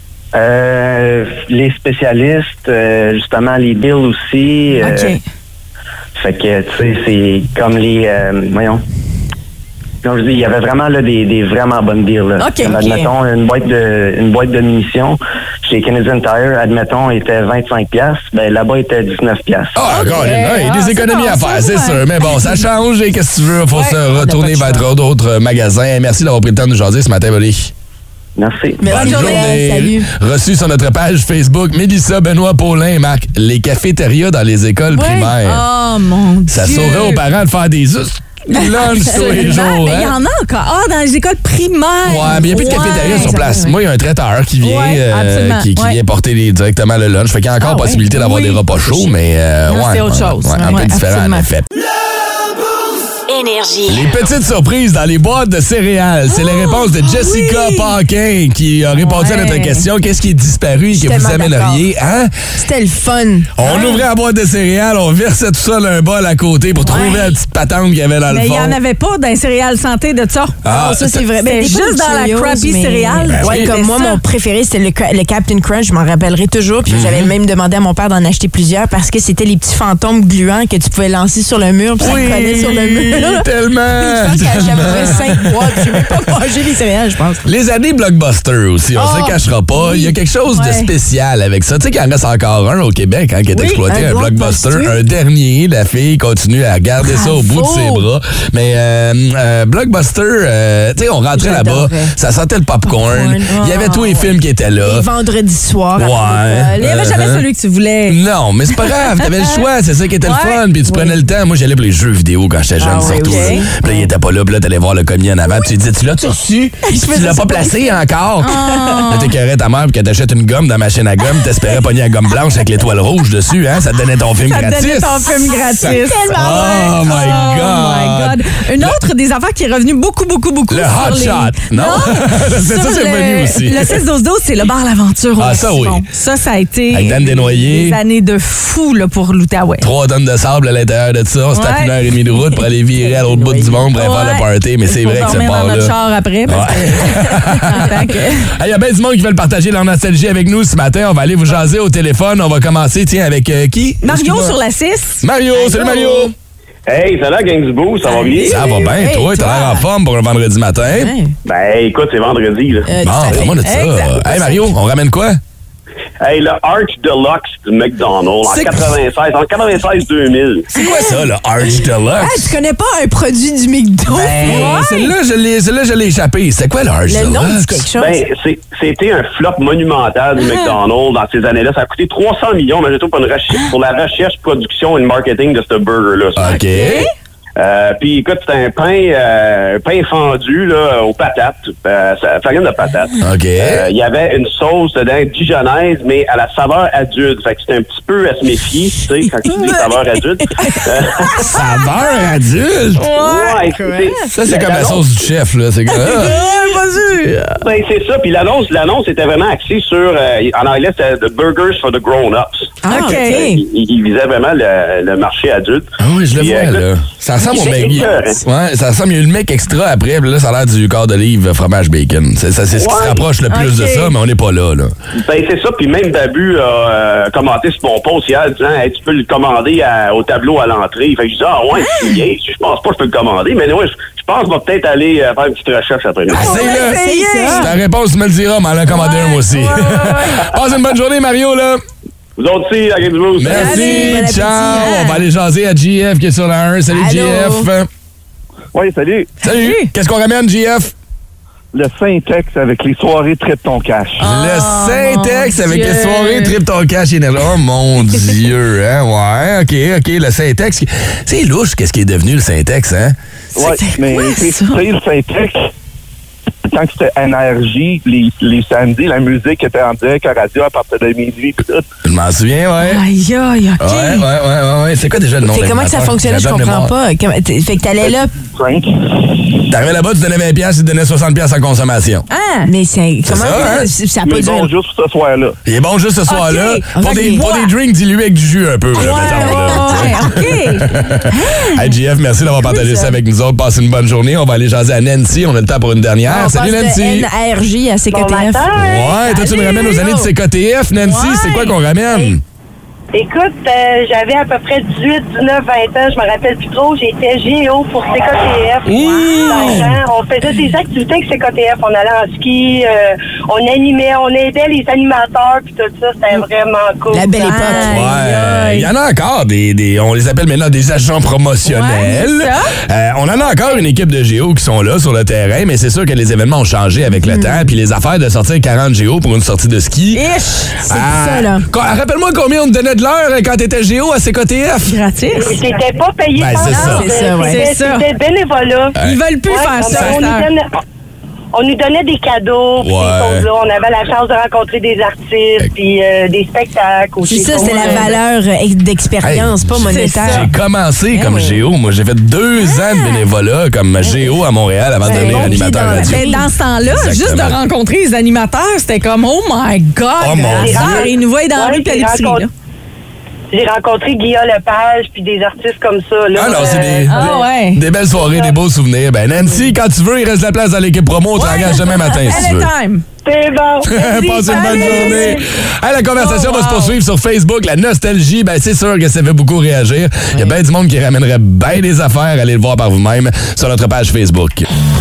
Speaker 6: Les spécialistes, justement, les deals aussi.
Speaker 5: OK.
Speaker 6: Fait que, tu sais, c'est comme les... voyons. Comme je dis, il y avait vraiment là, des vraiment bonnes deals. Là.
Speaker 5: OK,
Speaker 6: Comme,
Speaker 5: OK.
Speaker 6: admettons, une boîte de munitions chez Canadian Tire, admettons, était 25$. Ben, là-bas, était 19$.
Speaker 3: Ah, encore il y a des
Speaker 5: c'est
Speaker 3: économies
Speaker 5: bon,
Speaker 3: à faire,
Speaker 5: ça,
Speaker 3: c'est
Speaker 5: ouais.
Speaker 3: sûr. Mais bon, ça change et qu'est-ce que tu veux? Faut se retourner
Speaker 4: pas de
Speaker 3: vers d'autres magasins. Merci d'avoir pris le temps de nous jaser ce matin, Bolly.
Speaker 6: Merci.
Speaker 4: Bonne journée. Salut.
Speaker 3: Reçu sur notre page Facebook, Mélissa, Benoît, Paulin, Marc, les cafétérias dans les écoles primaires.
Speaker 5: Oh, mon Dieu.
Speaker 3: Ça saurait aux parents de faire des lunch tous les jours.
Speaker 5: Mais il y
Speaker 3: Hein?
Speaker 5: en a encore. Ah, dans les écoles primaires.
Speaker 3: Ouais, mais il n'y a plus de cafétéria sur place. Moi, il y a un traiteur qui vient,
Speaker 5: Ouais, absolument.
Speaker 3: qui
Speaker 5: Ouais.
Speaker 3: vient porter directement le lunch. Fait qu'il y a encore
Speaker 5: Ah,
Speaker 3: possibilité
Speaker 5: ouais.
Speaker 3: d'avoir
Speaker 5: Oui.
Speaker 3: des repas chauds, mais
Speaker 5: Non, c'est autre chose.
Speaker 3: un
Speaker 5: Ouais,
Speaker 3: peu différent en
Speaker 5: absolument.
Speaker 3: effet.
Speaker 1: Énergie.
Speaker 3: Les petites surprises dans les boîtes de céréales. C'est la réponse de Jessica Paquin qui a répondu à notre question. Qu'est-ce qui est disparu et que vous
Speaker 4: tellement
Speaker 3: amèneriez? Hein?
Speaker 4: C'était le fun.
Speaker 3: On ouvrait la boîte de céréales, on versait tout ça dans un bol à côté pour trouver la petite patente qu'il y avait dans le
Speaker 5: Mais il
Speaker 3: fond.
Speaker 5: n'y en avait pas dans les céréales santé de ça.
Speaker 3: Ah,
Speaker 4: ça, c'est vrai.
Speaker 5: C'était
Speaker 4: Ben, des fois,
Speaker 5: juste
Speaker 4: des
Speaker 5: dans la
Speaker 4: Cheerios,
Speaker 5: crappy
Speaker 4: mais-
Speaker 5: céréale.
Speaker 3: Ben
Speaker 4: Ouais,
Speaker 3: oui.
Speaker 4: comme moi,
Speaker 5: ça.
Speaker 4: mon préféré, c'était le Captain Crunch. Je m'en rappellerai toujours. Puis j'avais même demandé à mon père d'en acheter plusieurs parce que c'était les petits fantômes gluants que tu pouvais lancer sur le mur. Puis ça collait sur le mur.
Speaker 3: Tellement!
Speaker 4: Je pense qu'à chaque fois, 5 boîtes. J'ai même pas mangé les céréales, je pense.
Speaker 3: Les années Blockbuster aussi, on se cachera pas. Il y a quelque chose de
Speaker 5: Ouais.
Speaker 3: spécial avec ça. Tu sais qu'il en reste encore un au Québec qui est exploité, un Blockbuster. Un dernier, la fille continue à garder ça au bout de ses bras. Mais Blockbuster, tu sais, on rentrait là-bas,
Speaker 4: J'adorais.
Speaker 3: ça sentait le popcorn. Il y avait tous les films qui étaient là.
Speaker 4: Les vendredis soirs.
Speaker 3: Ouais.
Speaker 5: Il n'y avait jamais celui que tu voulais.
Speaker 3: Non, mais c'est pas grave, t'avais le choix, c'est ça qui était le fun. Puis tu prenais le temps. Moi, j'allais pour les jeux vidéo quand j'étais jeune,
Speaker 5: Ah
Speaker 3: sur partout.
Speaker 5: OK.
Speaker 3: Puis là, il était pas là. Puis là, t'allais voir le commis en avant. Puis tu dis, tu l'as-tu reçu? Puis tu l'as pas placé encore. Là, t'écœurais ta mère puis qu'elle t'achète une gomme dans la machine à gomme. T'espérais pogner la gomme blanche avec l'étoile rouge dessus. Hein? Ça te donnait ton film
Speaker 5: Ça te
Speaker 3: gratis.
Speaker 5: donnait ton film gratis.
Speaker 3: Oh my God.
Speaker 5: Une autre des affaires qui est revenue beaucoup
Speaker 3: Le
Speaker 5: sur
Speaker 3: hot
Speaker 5: les...
Speaker 3: shot. Non? C'est ça,
Speaker 5: Sur
Speaker 3: c'est revenu aussi.
Speaker 5: Le 16-12-12, c'est le bar L'Aventure au
Speaker 3: Ah, ça,
Speaker 5: Simon.
Speaker 3: oui.
Speaker 5: Ça a été
Speaker 3: Avec Dan Desnoyers.
Speaker 5: des années de fou là, pour l'Outaouais.
Speaker 3: 3 tonnes de sable à l'intérieur de ça. On se tape
Speaker 5: Ouais.
Speaker 3: 1h30 de route pour aller virer à l'autre bout du monde pour aller faire le party. Mais c'est
Speaker 5: Faut
Speaker 3: vrai que ce
Speaker 5: dormir dans notre
Speaker 3: bar-là.
Speaker 5: char après. Parce que...
Speaker 3: Il y a bien du monde qui veulent partager leur nostalgie avec nous ce matin. On va aller vous jaser au téléphone. On va commencer, tiens, avec qui?
Speaker 5: Mario
Speaker 3: Excuse-moi.
Speaker 5: sur la 6.
Speaker 3: Mario, salut Mario!
Speaker 6: Hey, salut, gang du Boost, ça va bien?
Speaker 3: Ça va bien,
Speaker 5: Hey,
Speaker 3: toi? T'as
Speaker 5: toi?
Speaker 3: l'air en forme pour un vendredi matin.
Speaker 6: Ben, écoute, c'est vendredi, là.
Speaker 3: Bon, parle-moi de ça.
Speaker 5: Exact.
Speaker 3: Hey Mario, on ramène quoi?
Speaker 6: Hey, le Arch Deluxe du McDonald's en
Speaker 3: C'est-
Speaker 6: 96-2000.
Speaker 3: C'est quoi ça, le Arch Deluxe?
Speaker 4: Tu connais pas un produit du McDo?
Speaker 3: Ben, celle-là, je l'ai échappé. C'est quoi le Arch
Speaker 4: Le nom dit
Speaker 3: Deluxe?
Speaker 4: quelque chose.
Speaker 6: Ben, c'était un flop monumental du McDonald's dans ces années-là. Ça a coûté 300 millions, mais pour la recherche, production et le marketing de ce burger-là.
Speaker 3: OK.
Speaker 6: Puis écoute, c'était un pain fendu là, aux patates, farine de patates.
Speaker 3: OK.
Speaker 6: Il y avait une sauce dedans dijonnaise, mais à la saveur adulte. Fait que c'était un petit peu à se méfier, tu sais, quand tu dis saveur adulte.
Speaker 3: Saveur adulte?
Speaker 6: Ouais,
Speaker 3: Ça, c'est comme la sauce du chef, là. C'est comme...
Speaker 6: Ben, c'est ça. Puis l'annonce était vraiment axée sur, en anglais, c'était The Burgers for the Grown-Ups.
Speaker 5: OK.
Speaker 6: Il visait vraiment le marché adulte.
Speaker 3: Ah oui, je le
Speaker 6: Puis,
Speaker 3: vois,
Speaker 6: écoute,
Speaker 3: là. Ça ressemble au
Speaker 6: c'est
Speaker 3: mec.
Speaker 6: écœurant.
Speaker 3: Ouais, ça ressemble. Il y a eu le mec extra après, puis là, ça a l'air du corps d'olive fromage bacon. C'est ce qui se
Speaker 6: Ouais.
Speaker 3: rapproche le plus de
Speaker 5: Ok.
Speaker 3: ça, mais on n'est pas là, là.
Speaker 6: Ben, c'est ça. Puis même Babu a commenté sur mon post hier disant hey, tu peux le commander au tableau à l'entrée. Fait que je dis ah ouais, je pense pas que je peux le commander, mais ouais, je pense qu'on va peut-être aller faire une petite recherche après.
Speaker 3: Essaye-le.
Speaker 4: essayer.
Speaker 3: Si ta réponse, tu me le diras, mais en a commandé un, moi aussi. Passe une bonne journée, Mario, là.
Speaker 6: Vous autres aussi, la Game du Boost.
Speaker 3: Merci.
Speaker 4: Salut, bon appétit.
Speaker 3: Ciao. On va aller jaser à JF qui est sur la 1. Salut,
Speaker 4: Allô.
Speaker 3: JF.
Speaker 8: Oui, salut.
Speaker 3: Salut. Qu'est-ce qu'on ramène, JF?
Speaker 8: Le Syntex avec les soirées Trip ton cash.
Speaker 3: Le Syntex
Speaker 5: mon
Speaker 3: avec
Speaker 5: Dieu.
Speaker 3: les soirées Trip ton cash énergie. Oh mon Dieu, hein? Ouais, OK, le Syntex. C'est louche, qu'est-ce qui est devenu le Syntex, hein?
Speaker 8: Oui, mais tu sais, le Syntex, quand c'était NRJ, les samedis, la musique était en direct à radio à partir de minuit pis tout.
Speaker 3: Je m'en souviens, ouais.
Speaker 5: Aïe, aïe, OK.
Speaker 3: Ouais. C'est quoi déjà le nom de
Speaker 4: Fait comment que ça fonctionnait, je comprends pas. Fait que t'allais là.
Speaker 8: Frank.
Speaker 3: T'arrivais là-bas, tu donnais 20$, tu donnais 60$ en consommation.
Speaker 4: Ah, mais c'est. Comment
Speaker 3: ça, hein?
Speaker 4: ça a
Speaker 8: Mais
Speaker 4: pas
Speaker 8: bon,
Speaker 4: duré.
Speaker 8: juste ce soir-là.
Speaker 3: Il est bon juste ce soir-là. Pour,
Speaker 4: OK.
Speaker 3: des drinks dilués avec du jus un peu. là, mettons, là.
Speaker 5: OK.
Speaker 3: Hey, JF, merci d'avoir partagé ça avec nous autres. Passez une bonne journée. On va aller jaser à Nancy. On a le temps pour une dernière.
Speaker 4: On
Speaker 3: Salut,
Speaker 4: passe
Speaker 3: Nancy.
Speaker 4: de NRJ à
Speaker 7: Bon
Speaker 4: CKTF.
Speaker 7: matin.
Speaker 3: Ouais, toi, tu me ramènes aux années de CKTF, Nancy.
Speaker 5: Ouais.
Speaker 3: C'est quoi qu'on ramène?
Speaker 7: Écoute, j'avais à peu près 18, 19, 20 ans, je me rappelle plus trop. J'étais géo pour CKTF. Dans le temps, on faisait des activités avec CKTF. On allait en ski, on animait, on aidait les animateurs, puis tout ça. C'était vraiment cool.
Speaker 4: La belle époque.
Speaker 3: Ouais, il y en a encore on les appelle maintenant des agents promotionnels.
Speaker 5: Ouais,
Speaker 3: On en a encore une équipe de géos qui sont là sur le terrain, mais c'est sûr que les événements ont changé avec le temps, puis les affaires de sortir 40 géos pour une sortie de ski.
Speaker 4: C'est ça, là.
Speaker 3: Rappelle-moi combien on te donnait de l'heure quand t'étais géo à CKTF?
Speaker 5: Gratis.
Speaker 7: C'était pas payé
Speaker 3: Ben,
Speaker 7: par
Speaker 3: c'est ça.
Speaker 4: C'est ça, ouais.
Speaker 5: C'est ça.
Speaker 7: C'était bénévolat.
Speaker 5: Ils veulent plus
Speaker 7: Ouais,
Speaker 5: faire ça.
Speaker 7: on nous donnait des cadeaux, puis
Speaker 3: Ouais.
Speaker 7: ces choses-là. On avait la chance de rencontrer des artistes, puis des spectacles.
Speaker 4: C'est
Speaker 7: aussi.
Speaker 4: ça, c'est la valeur d'expérience, pas monétaire.
Speaker 3: J'ai commencé comme géo. Moi, j'ai fait 2 ans de bénévolat comme géo à Montréal avant de devenir
Speaker 4: bon
Speaker 3: animateur
Speaker 4: pied dans
Speaker 3: radio.
Speaker 5: Mais dans ce temps-là,
Speaker 3: Exactement.
Speaker 5: juste de rencontrer les animateurs, c'était comme oh my God!
Speaker 3: Oh mon Dieu.
Speaker 5: Ils nous voient dans la
Speaker 7: Ouais,
Speaker 5: rue puis à
Speaker 7: j'ai
Speaker 5: l'épicerie, là.
Speaker 7: J'ai rencontré Guillaume Lepage, puis des artistes comme ça. Là,
Speaker 3: Ah non, c'est des,
Speaker 5: Ah ouais.
Speaker 3: des belles soirées, des beaux souvenirs. Ben Nancy, quand tu veux, il reste de la place dans l'équipe promo. On t'engage demain matin si tu veux.
Speaker 5: Anytime.
Speaker 7: C'est bon.
Speaker 3: Passe une bonne journée. Hey, la conversation va se poursuivre sur Facebook. La nostalgie, ben c'est sûr que ça fait beaucoup réagir. Il y a bien du monde qui ramènerait bien des affaires. Allez le voir par vous-même sur notre page Facebook.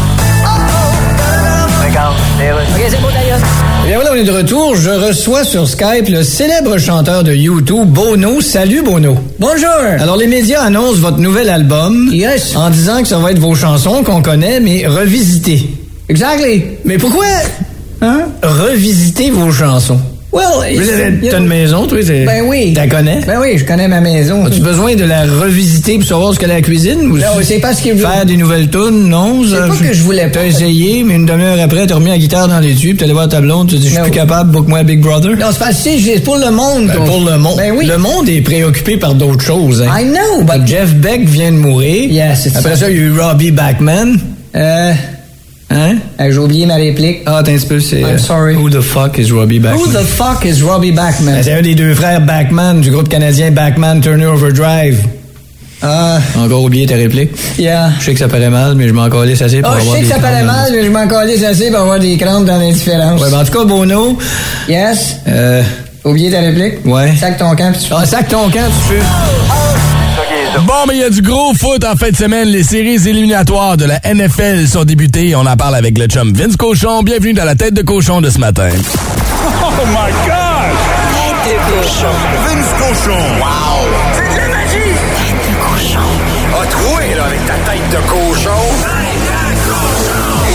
Speaker 9: Bien voilà, on est de retour. Je reçois sur Skype le célèbre chanteur de YouTube, Bono. Salut, Bono. Bonjour. Alors, les médias annoncent votre nouvel album. Yes. En disant que ça va être vos chansons qu'on connaît, mais revisitées. Exactly. Mais pourquoi, revisiter vos chansons? T'as une maison, toi?
Speaker 10: Ben oui.
Speaker 9: T'as connais?
Speaker 10: Ben oui, je connais ma maison.
Speaker 9: As-tu besoin de la revisiter pour savoir ce qu'elle a à la cuisine? Ou
Speaker 10: non, c'est pas ce qu'il veut.
Speaker 9: Faire des nouvelles tunes? Non,
Speaker 10: c'est pas que je voulais pas.
Speaker 9: T'as essayé, mais une demi-heure après, t'as remis la guitare dans les tuyaux, t'es allé voir ta blonde, tu te dis, je suis plus capable, book-moi Big Brother.
Speaker 10: Non, c'est pas c'est pour le monde.
Speaker 9: Ben, pour le monde.
Speaker 10: Ben oui.
Speaker 9: Le monde est préoccupé par d'autres choses, hein.
Speaker 10: I know, but...
Speaker 9: Jeff Beck vient de mourir.
Speaker 10: Yes,
Speaker 9: après ça, il y a eu Robbie Bachman. Hein?
Speaker 10: J'ai oublié ma réplique.
Speaker 9: Ah, attends un petit peu, c'est...
Speaker 10: I'm sorry.
Speaker 9: Who the fuck is Robbie Bachman?
Speaker 10: Who the fuck is Robbie Bachman?
Speaker 9: C'est un des deux frères Bachman du groupe canadien Bachman Turner Overdrive. Encore oublié ta réplique?
Speaker 10: Yeah.
Speaker 9: Je sais que ça paraît mal, mais je m'en calisse assez pour avoir des...
Speaker 10: Je sais que ça paraît mal, mais je m'en calisse assez pour avoir des crampes dans l'indifférence.
Speaker 9: Ouais, ben en tout cas, Bono...
Speaker 10: Yes? Oublié ta réplique?
Speaker 9: Ouais.
Speaker 10: Sac ton camp, tu fais.
Speaker 9: Sac ton camp, tu fais.
Speaker 3: Bon, mais il y a du gros foot en fin de semaine. Les séries éliminatoires de la NFL sont débutées. On en parle avec le chum Vince Cochon. Bienvenue dans la tête de cochon de ce matin.
Speaker 11: Oh my God!
Speaker 1: Tête de cochon.
Speaker 11: Vince Cochon. Wow!
Speaker 1: C'est de la magie! Tête de cochon.
Speaker 11: A troué, là, avec ta tête de cochon. Tête de cochon!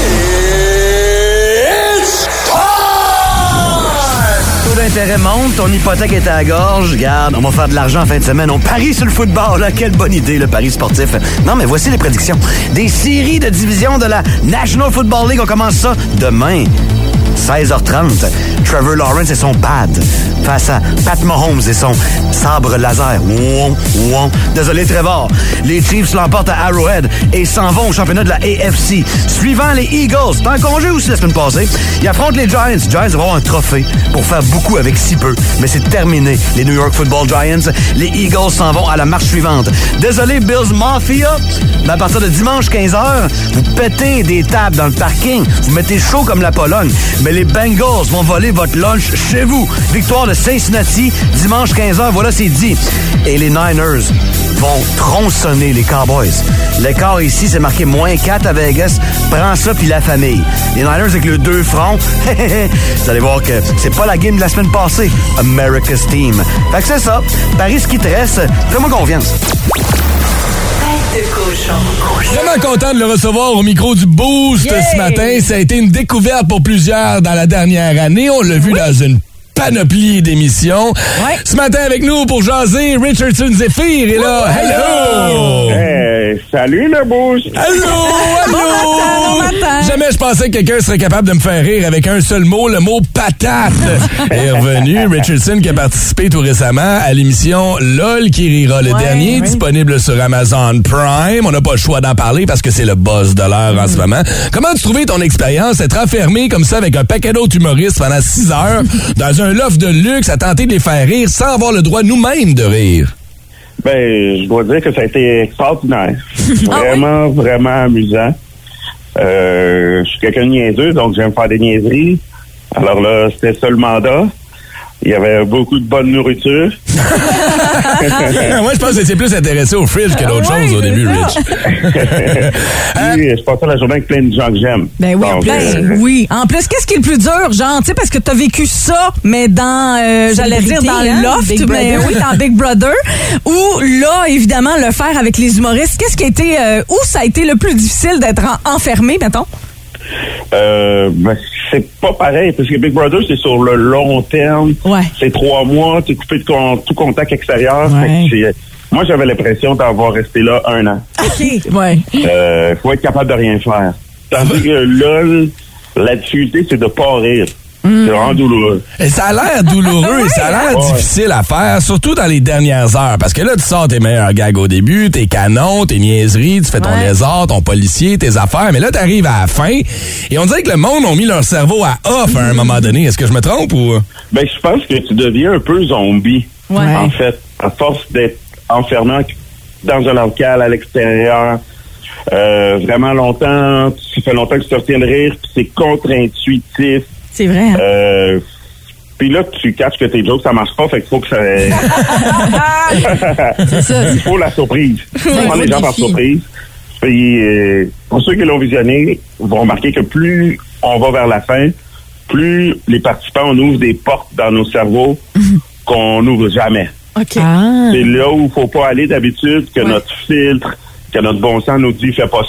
Speaker 11: It's time!
Speaker 12: Taux d'intérêt monte, ton hypothèque est à la gorge. Regarde, on va faire de l'argent en fin de semaine. On parie sur le football, là. Quelle bonne idée, le pari sportif. Non, mais voici les prédictions. Des séries de division de la National Football League. On commence ça demain. 16h30, Trevor Lawrence et son pad face à Pat Mahomes et son sabre laser. Désolé, Trevor. Les Chiefs l'emportent à Arrowhead et s'en vont au championnat de la AFC. Suivant les Eagles, t'es en congé aussi la semaine passée, ils affrontent les Giants. Giants vont avoir un trophée pour faire beaucoup avec si peu. Mais c'est terminé, les New York Football Giants. Les Eagles s'en vont à la marche suivante. Désolé, Bills Mafia, mais à partir de dimanche 15h, vous pétez des tables dans le parking. Vous mettez chaud comme la Pologne. Mais les Bengals vont voler votre lunch chez vous. Victoire de Cincinnati, dimanche 15h, voilà, c'est dit. Et les Niners vont tronçonner les Cowboys. L'écart ici, c'est marqué -4 à Vegas. Prends ça puis la famille. Les Niners avec le 2 fronts. Vous allez voir que c'est pas la game de la semaine passée. America's Team. Fait que c'est ça. Paris, ce qui te reste, fais-moi confiance.
Speaker 3: Vraiment content de le recevoir au micro du Boost ce matin. Ça a été une découverte pour plusieurs dans la dernière année. On l'a vu dans une panoplie d'émissions. Ouais. Ce matin avec nous pour jaser, Richardson Zephyr est là. Hello!
Speaker 8: Hey, salut le Boost!
Speaker 3: Allô! Allô!
Speaker 5: Bon matin.
Speaker 3: Jamais je pensais que quelqu'un serait capable de me faire rire avec un seul mot, le mot patate. Est revenu Richardson qui a participé tout récemment à l'émission LOL qui rira le dernier, disponible sur Amazon Prime. On n'a pas le choix d'en parler parce que c'est le buzz de l'heure en ce moment. Comment as-tu trouvé ton expérience, être enfermé comme ça avec un paquet d'autres humoristes pendant 6 heures dans un loft de luxe à tenter de les faire rire sans avoir le droit nous-mêmes de rire?
Speaker 8: Ben, je dois dire que ça a été extraordinaire. Vraiment, vraiment amusant. Je suis quelqu'un de niaiseux, donc j'aime faire des niaiseries. Alors là, c'était ça le mandat. Il y avait beaucoup de bonne nourriture.
Speaker 3: Moi, je pense que c'était plus intéressé au fridge que d'autres choses au début, Rich.
Speaker 8: Je passais la journée avec plein de gens que j'aime.
Speaker 5: Ben oui,
Speaker 8: donc,
Speaker 5: oui. En plus, qu'est-ce qui est le plus dur, genre, tu sais, parce que t'as vécu ça, mais dans, j'allais dire dans le loft, mais oui, dans Big Brother, ou là, évidemment, le faire avec les humoristes. Qu'est-ce qui a été, où ça a été le plus difficile d'être enfermé, mettons?
Speaker 8: Ben, c'est pas pareil, parce que Big Brother, c'est sur le long terme.
Speaker 5: Ouais.
Speaker 8: C'est 3 mois, t'es coupé de tout contact extérieur.
Speaker 5: Ouais.
Speaker 8: Moi, j'avais l'impression d'avoir resté là 1 an.
Speaker 5: OK, ouais.
Speaker 8: Faut être capable de rien faire. Tandis que là, la difficulté, c'est de pas rire. C'est vraiment douloureux.
Speaker 3: Et ça a l'air douloureux et ça a l'air difficile à faire, surtout dans les dernières heures. Parce que là, tu sors tes meilleurs gags au début, tes canons, tes niaiseries, tu fais ton lézard, ton policier, tes affaires. Mais là, t'arrives à la fin et on dirait que le monde a mis leur cerveau à off à un moment donné. Est-ce que je me trompe ou? Ben,
Speaker 8: je pense que tu deviens un peu zombie. Ouais. En fait, à force d'être enfermé dans un local à l'extérieur, vraiment longtemps, ça fait longtemps que tu te retiens de rire, puis c'est contre-intuitif.
Speaker 5: C'est vrai. Hein?
Speaker 8: Puis là, tu catches que tes jokes, ça marche pas, fait qu'il faut que ça...
Speaker 5: C'est ça.
Speaker 8: Il faut la surprise. Il faut prendre les gens par surprise. Puis, pour ceux qui l'ont visionné, vont remarquer que plus on va vers la fin, plus les participants, on ouvre des portes dans nos cerveaux qu'on n'ouvre jamais.
Speaker 5: OK.
Speaker 8: C'est là où il faut pas aller d'habitude, que notre filtre, que notre bon sens nous dit « fais pas ça ».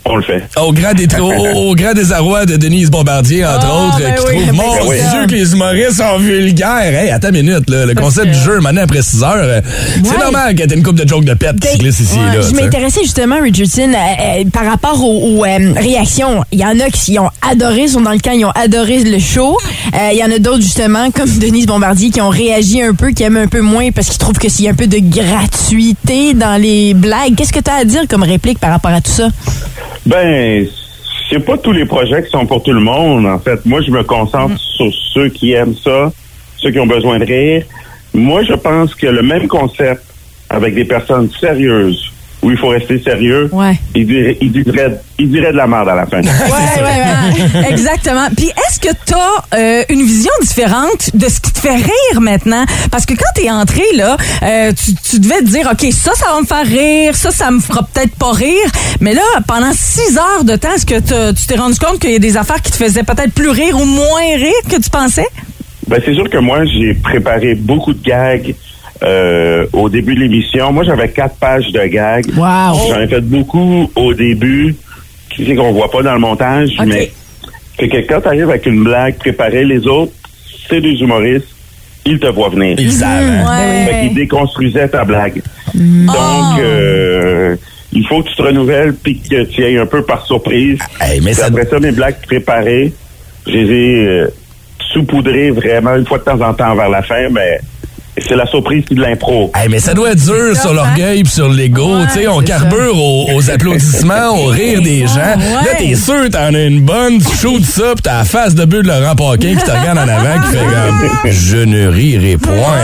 Speaker 8: on le fait.
Speaker 3: Au grand désarroi de Denise Bombardier, entre autres, qui trouve, mon Dieu, que les humoristes sont vulgaires. Hey, attends une minute, là, le concept du jeu, maintenant après 6 heures, c'est normal qu'il y ait une couple de jokes de pète qui se glissent ici et là.
Speaker 4: Je m'intéressais justement, Richardson, par rapport aux réactions. Il y en a qui ont adoré, sont dans le camp, ils ont adoré le show. Il y en a d'autres, justement, comme Denise Bombardier, qui ont réagi un peu, qui aiment un peu moins parce qu'ils trouvent qu'il y a un peu de gratuité dans les blagues. Qu'est-ce que tu as à dire comme réplique par rapport à tout ça?
Speaker 8: Ben, c'est pas tous les projets qui sont pour tout le monde, en fait. Moi, je me concentre sur ceux qui aiment ça, ceux qui ont besoin de rire. Moi, je pense que le même concept avec des personnes sérieuses, où il faut rester sérieux, il dirait de la merde à la fin.
Speaker 5: Ouais. Exactement. Puis est-ce que tu as une vision différente de ce qui te fait rire maintenant? Parce que quand t'es entré, là, tu devais te dire, OK, ça va me faire rire, ça me fera peut-être pas rire. Mais là, pendant 6 heures de temps, est-ce que tu t'es rendu compte qu'il y a des affaires qui te faisaient peut-être plus rire ou moins rire que tu pensais?
Speaker 8: Ben, c'est sûr que moi, j'ai préparé beaucoup de gags. Au début de l'émission, moi j'avais 4 pages de gags.
Speaker 4: Wow.
Speaker 8: J'en ai fait beaucoup au début, qui fait qu'on voit pas dans le montage, mais fait que quand t'arrives avec une blague préparée, les autres, c'est des humoristes, ils te voient venir.
Speaker 3: Ils savent.
Speaker 8: Fait qu'ils déconstruisaient ta blague. Donc, il faut que tu te renouvelles puis que tu ailles un peu par surprise. Mais après ça, mes blagues préparées, je les ai saupoudrées vraiment une fois de temps en temps vers la fin, mais c'est la surprise puis de l'impro.
Speaker 3: Mais ça doit être dur sur l'orgueil puis sur l'ego. Tu sais, on carbure aux applaudissements, au rire des gens. Là, t'es sûr, t'en as une bonne, tu shoots ça, pis t'as la face de bœuf de Laurent Paquin qui te regarde en avant, qui fait comme « Je ne rirai point ».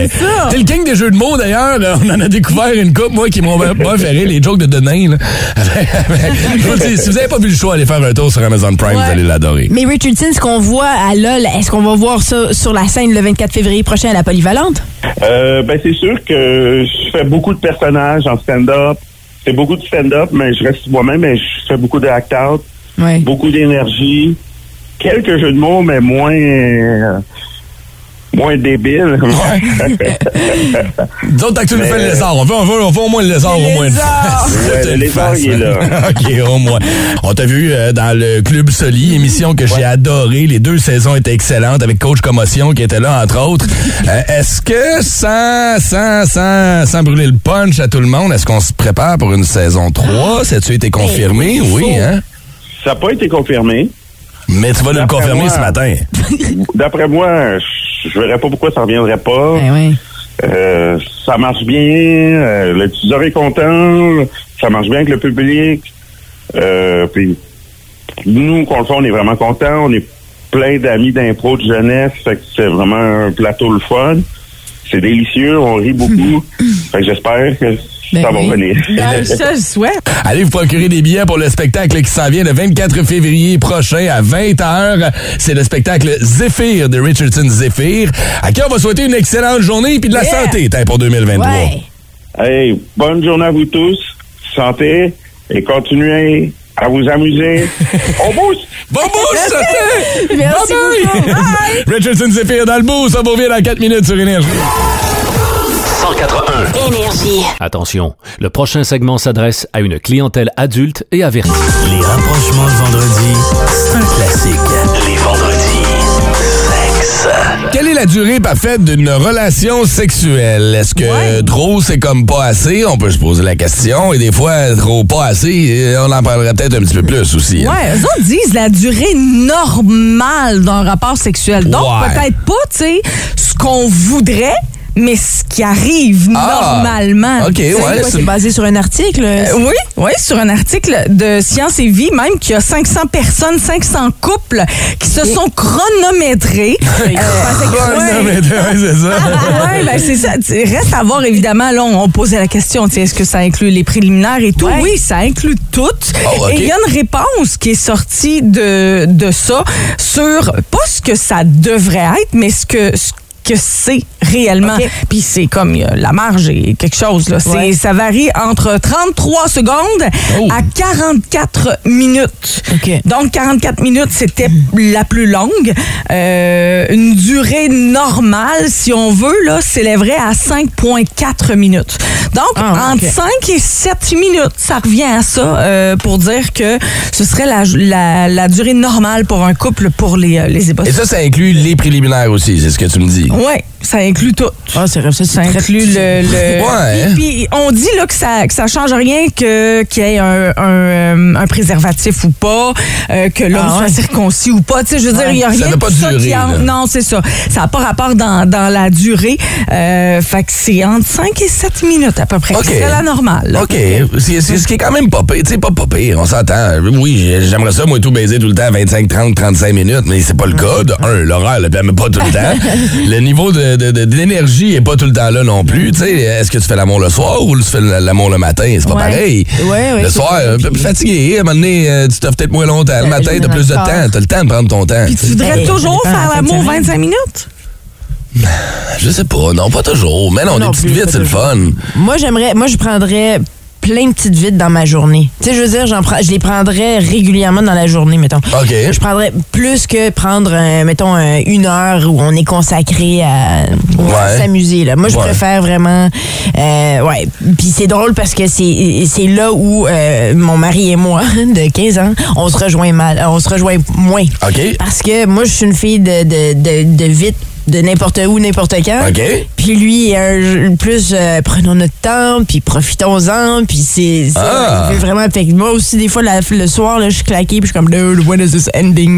Speaker 3: T'es le king des jeux de mots, d'ailleurs. On en a découvert une couple, moi, qui m'ont pas fait rire, les jokes de Denain. Je vous dis, si vous avez pas vu le show, allez faire un tour sur Amazon Prime, vous allez l'adorer.
Speaker 4: Mais Richardson, ce qu'on voit à LOL, est-ce qu'on va voir ça sur la scène le 24 février prochain à la Polyvalente?
Speaker 8: Ben c'est sûr que je fais beaucoup de personnages en stand-up. C'est beaucoup de stand-up, mais je reste moi-même, mais je fais beaucoup de act-out, beaucoup d'énergie, quelques jeux de mots, mais moins débile.
Speaker 3: D'autres, tant que tu nous fais le lézard. On veut au moins le lézard au moins une fois.
Speaker 8: Le lézard, il est là.
Speaker 3: OK, au moins. On t'a vu dans le Club Soli, émission que j'ai adorée. Les 2 saisons étaient excellentes avec Coach Commotion qui était là, entre autres. Est-ce que, sans brûler le punch à tout le monde, est-ce qu'on se prépare pour une saison 3? Ça a-tu été confirmé? Oui, hein?
Speaker 8: Ça n'a pas été confirmé.
Speaker 3: Mais tu vas le confirmer ce matin.
Speaker 8: D'après moi, je verrais pas pourquoi ça reviendrait pas. Ça marche bien, le diffuseur est content, ça marche bien avec le public. Puis nous, qu'on le fait, on est vraiment contents. On est plein d'amis d'impro de jeunesse, fait que c'est vraiment un plateau le fun. C'est délicieux, on rit beaucoup. Fait que j'espère que ça va venir.
Speaker 5: Ça, je souhaite.
Speaker 3: Allez vous procurer des billets pour le spectacle qui s'en vient le 24 février prochain à 20h. C'est le spectacle Zéphyr de Richardson Zéphyr. À qui on va souhaiter une excellente journée et puis de la santé pour 2023.
Speaker 8: Hey, bonne journée à vous tous. Santé et continuez à vous amuser. On boost!
Speaker 3: Bon boost!
Speaker 4: Merci beaucoup.
Speaker 3: Richardson Zéphyr dans le boost. Ça vous revient dans 4 minutes sur Énergie.
Speaker 2: 181.
Speaker 1: Énergie.
Speaker 13: Attention, le prochain segment s'adresse à une clientèle adulte et avertie.
Speaker 2: Les rapprochements de vendredi, c'est un classique. Les vendredis, sexe.
Speaker 3: Quelle est la durée parfaite d'une relation sexuelle? Est-ce que trop, c'est comme pas assez? On peut se poser la question. Et des fois, trop pas assez, on en parlerait peut-être un petit peu plus aussi.
Speaker 5: Hein? Ouais, eux autres disent la durée normale d'un rapport sexuel. Donc, peut-être pas, tu sais, ce qu'on voudrait, mais ce qui arrive normalement.
Speaker 3: OK,
Speaker 4: c'est basé sur un article?
Speaker 5: Oui, sur un article de Science et Vie, même qu'il y a 500 personnes, 500 couples qui se sont chronométrés.
Speaker 3: Chronométrés, c'est ça.
Speaker 5: C'est ça. Reste à voir, évidemment, là, on posait la question, est-ce que ça inclut les préliminaires et tout? Oui, ça inclut tout. Et il y a une réponse qui est sortie de ça sur, pas ce que ça devrait être, mais ce que c'est réellement. Puis c'est comme la marge et quelque chose. Là. Ça varie entre 33 secondes à 44 minutes. Donc, 44 minutes, c'était la plus longue. Une durée normale, si on veut, là, s'élèverait à 5,4 minutes. Donc, entre 5 et 7 minutes, ça revient à ça pour dire que ce serait la durée normale pour un couple pour les ébossés.
Speaker 3: Et ça inclut les préliminaires aussi, c'est ce que tu me dis?
Speaker 5: Oui, ça inclut tout.
Speaker 14: Ah, c'est vrai, ça
Speaker 5: inclut le
Speaker 3: Ouais.
Speaker 5: Puis on dit là que ça change rien qu'il y ait un préservatif ou pas, que l'homme soit circoncis ou pas. Tu sais, je veux dire, il n'y a rien.
Speaker 3: Ça ne va pas durer.
Speaker 5: Non, c'est ça. Ça n'a pas rapport dans la durée. Fait que c'est entre 5 et 7 minutes à peu près. C'est la normale. Là.
Speaker 3: OK. C'est ce qui est quand même pas pire. Tu sais, pas pire. On s'entend. Oui, j'aimerais ça, moi, tout baiser tout le temps, 25, 30, 35 minutes, mais c'est pas le cas. De un, l'horaire le permet pas tout le temps. Le niveau d'énergie est pas tout le temps là non plus. Tu sais, est-ce que tu fais l'amour le soir ou tu fais l'amour le matin? C'est pas pareil. Le soir, un peu plus fatigué. À un moment donné, tu t'offres peut-être moins longtemps. Le matin, t'as plus de temps. T'as le temps de prendre ton temps.
Speaker 5: Puis tu voudrais toujours faire l'amour 25 minutes?
Speaker 3: Je sais pas. Non, pas toujours. Mais non, des petites vites, c'est le fun.
Speaker 14: Moi, je prendrais plein de petites vites dans ma journée. Tu sais, je veux dire, je les prendrais régulièrement dans la journée, mettons.
Speaker 3: OK.
Speaker 14: Je prendrais plus que prendre, mettons, une heure où on est consacré à s'amuser. Là. Moi, je préfère vraiment... Puis c'est drôle parce que c'est là où mon mari et moi, de 15 ans, on se rejoint moins.
Speaker 3: OK.
Speaker 14: Parce que moi, je suis une fille de vite, de n'importe où, n'importe quand. Puis lui, plus prenons notre temps, puis profitons-en, puis c'est il veut vraiment... Fait que moi aussi, des fois, le soir, là, je suis claquée, puis je suis comme, when is this ending?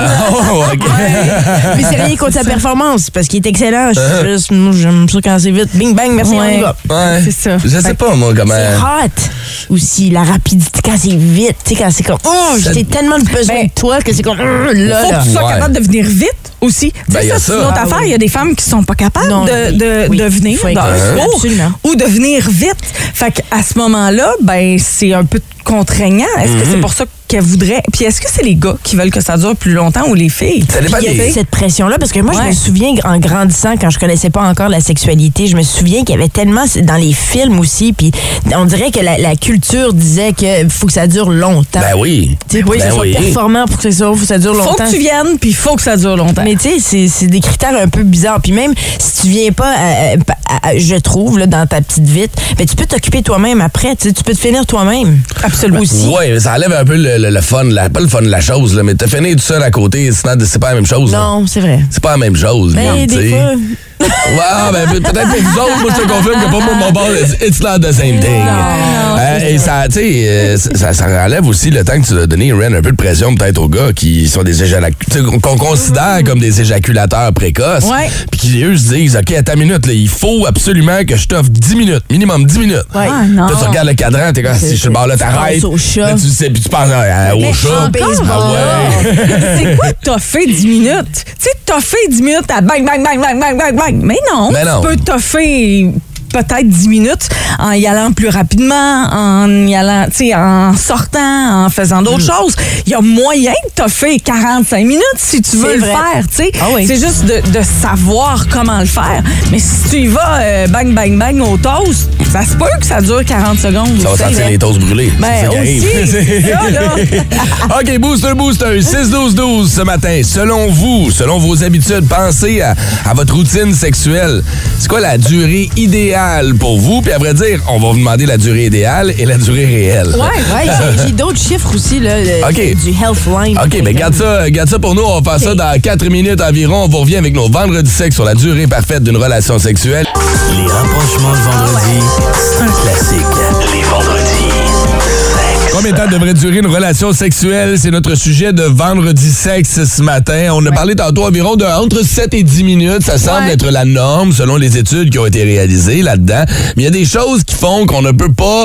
Speaker 14: Mais c'est rien contre sa performance, parce qu'il est excellent. J'aime ça quand c'est vite. Bing, bang, merci, on y va.
Speaker 5: C'est ça.
Speaker 3: Je sais pas, moi, comment...
Speaker 14: C'est hot aussi, la rapidité, quand c'est vite, tu sais, quand c'est comme, j'ai tellement besoin de toi que c'est comme, là.
Speaker 5: Faut que tu sois capable de venir vite aussi.
Speaker 3: Ben,
Speaker 5: ça, c'est une autre affaire. Il y a des femmes qui sont pas capables de venir ou de venir vite. Fait qu'à ce moment-là, ben c'est un peu contraignant. Est-ce que c'est pour ça qu'elle voudrait... Puis est-ce que c'est les gars qui veulent que ça dure plus longtemps ou les filles?
Speaker 3: Ça dépend
Speaker 14: des... cette pression-là, parce que moi, je me souviens, en grandissant, quand je connaissais pas encore la sexualité, je me souviens qu'il y avait tellement dans les films aussi, puis on dirait que la culture disait qu'il faut que ça dure longtemps.
Speaker 3: Ben oui.
Speaker 14: Tu sais, que ça soit performant pour que ça dure longtemps.
Speaker 5: Faut que tu viennes, puis il faut que ça dure longtemps.
Speaker 14: Mais tu sais, c'est des critères un peu bizarres. Puis même si tu viens pas, je trouve, là, dans ta petite vite, ben, tu peux t'occuper toi-même après. Tu peux te finir toi-même.
Speaker 5: Absolument.
Speaker 14: Aussi.
Speaker 3: Oui, ça enlève un peu le fun, pas le fun de la chose, là, mais te finir tout seul à côté, sinon c'est pas la même chose.
Speaker 14: Non, c'est vrai.
Speaker 3: C'est pas la même chose.
Speaker 14: Mais des fois...
Speaker 3: peut-être pour vous autres, moi je te confirme que pour moi, mon bord, it's not the same thing. Et ça, tu sais, ça enlève aussi le temps que tu as donné, Ren, un peu de pression peut-être aux gars qui sont des qu'on considère comme des éjaculateurs précoces. Puis qui, eux, se disent, OK, à ta minute, là, il faut absolument que je t'offre 10 minutes, minimum 10 minutes.
Speaker 5: Ah, non.
Speaker 3: Là, tu regardes le cadran, t'es comme, si je suis le bord là, t'arrêtes. Là, tu sais, puis tu penses au chat.
Speaker 5: C'est quoi t'as fait 10 minutes? Tu sais, t'as fait 10 minutes à bang, bang, bang, bang, bang, bang, bang. Mais non, tu peux t'offrir peut-être 10 minutes en y allant plus rapidement, en y allant, tu sais, en sortant, en faisant d'autres choses. Il y a moyen de t'offrir 45 minutes si tu veux le faire, tu sais. C'est juste de savoir comment le faire. Mais si tu y vas bang, bang, bang au toast, ça se peut que ça dure 40 secondes.
Speaker 3: Ça va sentir les toasts brûlés.
Speaker 5: Ben aussi, c'est ça, là.
Speaker 3: OK, Booster, 6-12-12 ce matin. Selon vous, selon vos habitudes, pensez à votre routine sexuelle. C'est quoi la durée idéale pour vous? Puis à vrai dire, on va vous demander la durée idéale et la durée réelle.
Speaker 14: J'ai d'autres chiffres aussi, là, du Healthline.
Speaker 3: OK, ben garde ça pour nous. On va faire ça dans 4 minutes environ. On vous revient avec nos vendredis sexe sur la durée parfaite d'une relation sexuelle.
Speaker 2: Les rapprochements de vendredi, c'est un classique. Les vendredis.
Speaker 3: Combien de temps devrait durer une relation sexuelle? C'est notre sujet de vendredi sexe ce matin. On a parlé tantôt environ de entre 7 et 10 minutes. Ça semble être la norme selon les études qui ont été réalisées là-dedans. Mais il y a des choses qui font qu'on ne peut pas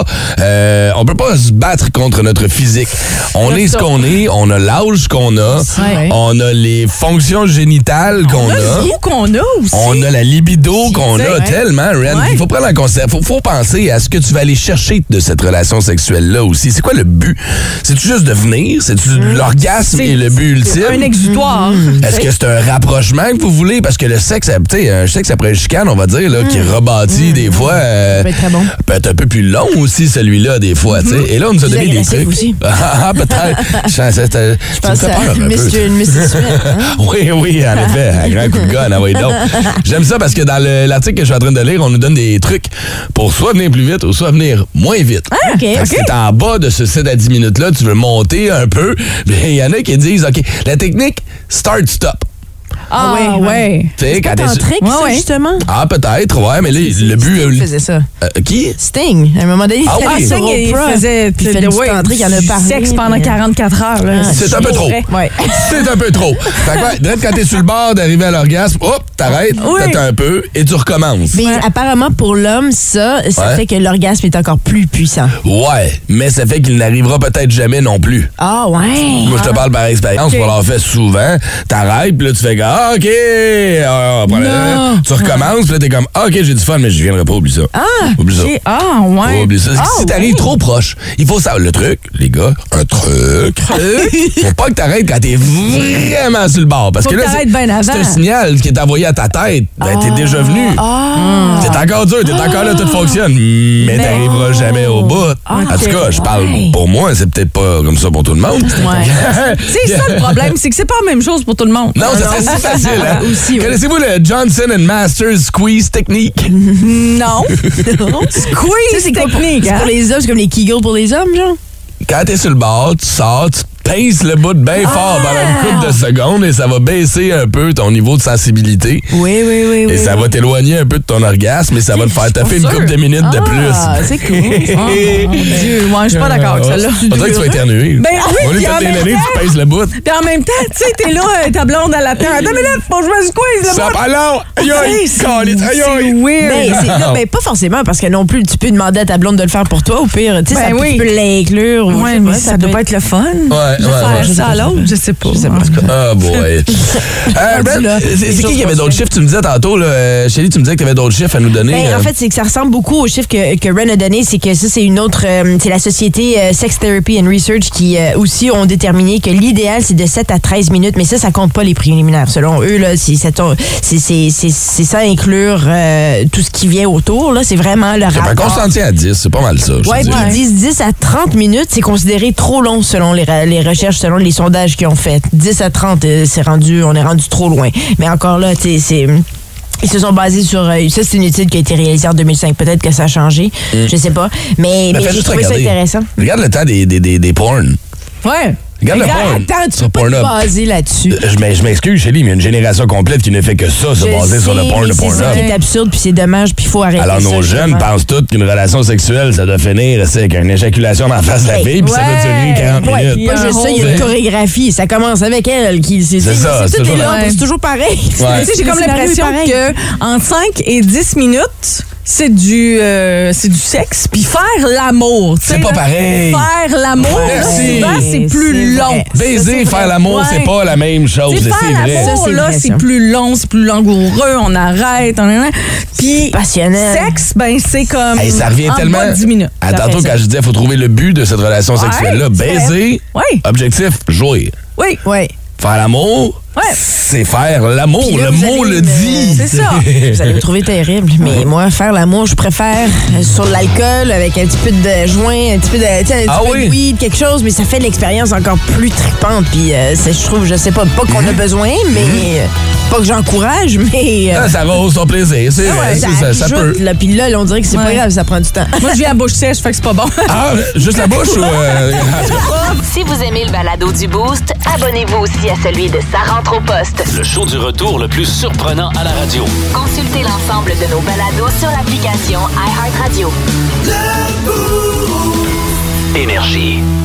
Speaker 3: se battre contre notre physique. On est ce qu'on est, on a l'âge qu'on a, on a les fonctions génitales qu'on a.
Speaker 5: Le goût qu'on a aussi.
Speaker 3: On a la libido qu'on a tellement, Ren. Il faut prendre en considération. Faut penser à ce que tu vas aller chercher de cette relation sexuelle-là aussi. C'est quoi le but but? C'est-tu juste de venir? C'est-tu l'orgasme et le but ultime?
Speaker 5: Un exutoire.
Speaker 3: Est-ce que c'est un rapprochement que vous voulez? Parce que le sexe, tu sais, un sexe après une chicane, on va dire, là, qui est rebâti des fois,
Speaker 14: peut être très bon.
Speaker 3: peut être un peu plus long aussi, celui-là, des fois. Tu sais. Et là, on nous a donné des trucs.
Speaker 14: Aussi.
Speaker 3: Ah, peut-être.
Speaker 14: Je pense à une mystifiante.
Speaker 3: Oui, en effet. Un grand coup de gun, ah oui, donc. J'aime ça parce que dans l'article que je suis en train de lire, on nous donne des trucs pour soit venir plus vite ou soit venir moins vite.
Speaker 14: Ah, OK.
Speaker 3: Parce que t'es en bas de ce 7 à 10 minutes-là, tu veux monter un peu. Mais il y en a qui disent, OK, la technique start-stop.
Speaker 5: Ah ouais.
Speaker 14: C'est pas tantrique, ça, justement?
Speaker 3: Ah, peut-être, ouais, mais là, le but...
Speaker 14: Sting faisait ça.
Speaker 3: Qui?
Speaker 14: Sting. À un moment donné,
Speaker 5: Sting, il faisait
Speaker 14: du tantrique, il y en a parlé.
Speaker 5: Sexe pendant 44 heures. Là.
Speaker 3: C'est un peu trop.
Speaker 14: Ouais.
Speaker 3: C'est un peu trop. Fait que, direct quand t'es sur le bord d'arriver à l'orgasme, hop, t'arrêtes, t'attends un peu et tu recommences.
Speaker 14: Mais apparemment, pour l'homme, ça fait que l'orgasme est encore plus puissant.
Speaker 3: Ouais, mais ça fait qu'il n'arrivera peut-être jamais non plus.
Speaker 14: Ah, ouais.
Speaker 3: Moi, je te parle par expérience, on l'a fait souvent. T'arrêtes, puis là, tu fais comme, ah, OK, tu recommences, puis là, t'es comme, ah, OK, j'ai du fun, mais je viendrai pas, oublie ça. Oublie ça.
Speaker 5: Ah, ouais.
Speaker 3: Oublie ça. Si t'arrives trop proche, il faut ça. Le truc, les gars, un truc. Faut pas que t'arrêtes quand t'es vraiment sur le bord. Parce que là, c'est un signal qui est envoyé à ta tête. Ben, t'es déjà venu. C'est encore dur, t'es encore là, tout fonctionne. Mais t'arriveras jamais au bout. En tout cas, je parle pour moi, c'est peut-être pas comme ça pour tout le monde.
Speaker 5: C'est ça le problème, c'est que c'est pas la même chose pour tout le monde.
Speaker 3: Non, ça serait si facile, hein? Connaissez-vous le Johnson & Masters Squeeze technique?
Speaker 5: Non. Squeeze technique.
Speaker 14: C'est pour les hommes, c'est comme les Kegels pour les hommes, genre?
Speaker 3: Quand t'es sur le bord, tu sors, tu pinces le bout bien fort pendant une couple de secondes et ça va baisser un peu ton niveau de sensibilité.
Speaker 14: Oui.
Speaker 3: Et ça va t'éloigner un peu de ton orgasme et ça va te faire taper une couple de minutes de plus.
Speaker 14: Ah, c'est cool.
Speaker 5: Oh, mon Dieu. Ouais, je suis pas d'accord avec celle-là.
Speaker 3: On dirait que tu vas éternuer.
Speaker 5: Ben oui,
Speaker 3: au lieu de te l'année, tu pinces le bout.
Speaker 5: Puis en même temps, tu sais, t'es là, ta blonde à la terre. Attends une minute, faut que je me squeeze le bout.
Speaker 3: Ça va long.
Speaker 5: C'est weird.
Speaker 14: Mais pas forcément, parce que non plus, tu peux demander à ta blonde de le faire pour toi. Au pire, tu sais, tu peux l'inclure.
Speaker 5: Ouais, mais ça doit pas être le fun. Faire ça à l'autre, je sais pas.
Speaker 3: Ah, boy. C'est qui avait d'autres chiffres? Tu me disais tantôt, Chélie, tu me disais que tu avais d'autres chiffres à nous donner.
Speaker 14: En fait, c'est que ça ressemble beaucoup aux chiffres que Ren a donné. C'est que ça, c'est une autre. C'est la société Sex Therapy and Research qui aussi ont déterminé que l'idéal, c'est de 7 à 13 minutes. Mais ça compte pas les préliminaires. Selon eux, là, c'est ça inclure tout ce qui vient autour. Là, c'est vraiment le rapport.
Speaker 3: On s'en tient à 10, c'est pas mal ça.
Speaker 14: Oui, puis ils disent 10 à 30 minutes, c'est considéré trop long selon les recherches, selon les sondages qu'ils ont fait. 10 à 30, on est rendu trop loin. Mais encore là, ils se sont basés sur... ça, c'est une étude qui a été réalisée en 2005. Peut-être que ça a changé. Je sais pas. Mais j'ai trouvé ça intéressant.
Speaker 3: Regarde le temps des porn.
Speaker 5: Ouais.
Speaker 3: Regarde le porn.
Speaker 14: Attends, tu peux pas te baser là-dessus.
Speaker 3: Je m'excuse, Chélie, mais il y a une génération complète qui ne fait que ça, se baser sur le porn de Pornhub.
Speaker 14: C'est ça qui est absurde, puis c'est dommage, puis il faut arrêter.
Speaker 3: Alors, nos jeunes pensent tous qu'une relation sexuelle, ça doit finir avec une éjaculation en face de la fille, puis ça doit durer 40 minutes.
Speaker 14: Pas juste ça, il y a une chorégraphie. Ça commence avec elle.
Speaker 3: C'est ça.
Speaker 14: C'est toujours pareil.
Speaker 5: J'ai comme l'impression que en 5 et 10 minutes... C'est du sexe, puis faire l'amour.
Speaker 3: C'est pas pareil.
Speaker 5: Faire l'amour, souvent, c'est plus long.
Speaker 3: Baiser, faire l'amour, c'est pas la même chose.
Speaker 5: Faire l'amour, là, c'est plus long, c'est plus langoureux, on arrête. Puis,
Speaker 14: passionnel.
Speaker 5: Sexe, ben, c'est comme.
Speaker 3: Ça revient tellement.
Speaker 5: Bas de 10 minutes.
Speaker 3: Tantôt, quand je disais, il faut trouver le but de cette relation sexuelle-là. Baiser, objectif, jouir.
Speaker 5: Oui.
Speaker 3: Faire l'amour, c'est faire l'amour. Le mot le dit.
Speaker 14: C'est ça. Vous allez me trouver terrible. Mais moi, faire l'amour, je préfère sur de l'alcool avec un petit peu de joint, un petit peu de weed, quelque chose, mais ça fait l'expérience encore plus trippante. Puis je trouve, je sais pas qu'on a besoin, mais pas que j'encourage, mais...
Speaker 3: ça rose ton plaisir, c'est vrai. Ça peut.
Speaker 14: Puis là, on dirait que c'est pas grave, ça prend du temps.
Speaker 5: Moi, je viens à bouche sèche, fait que c'est pas bon.
Speaker 3: Juste la bouche ou...
Speaker 15: Si vous aimez le balado du Boost, abonnez-vous aussi à celui de Sa rentre au poste.
Speaker 2: Le show du retour le plus surprenant à la radio.
Speaker 15: Consultez l'ensemble de nos balados sur l'application iHeartRadio.
Speaker 2: Énergie.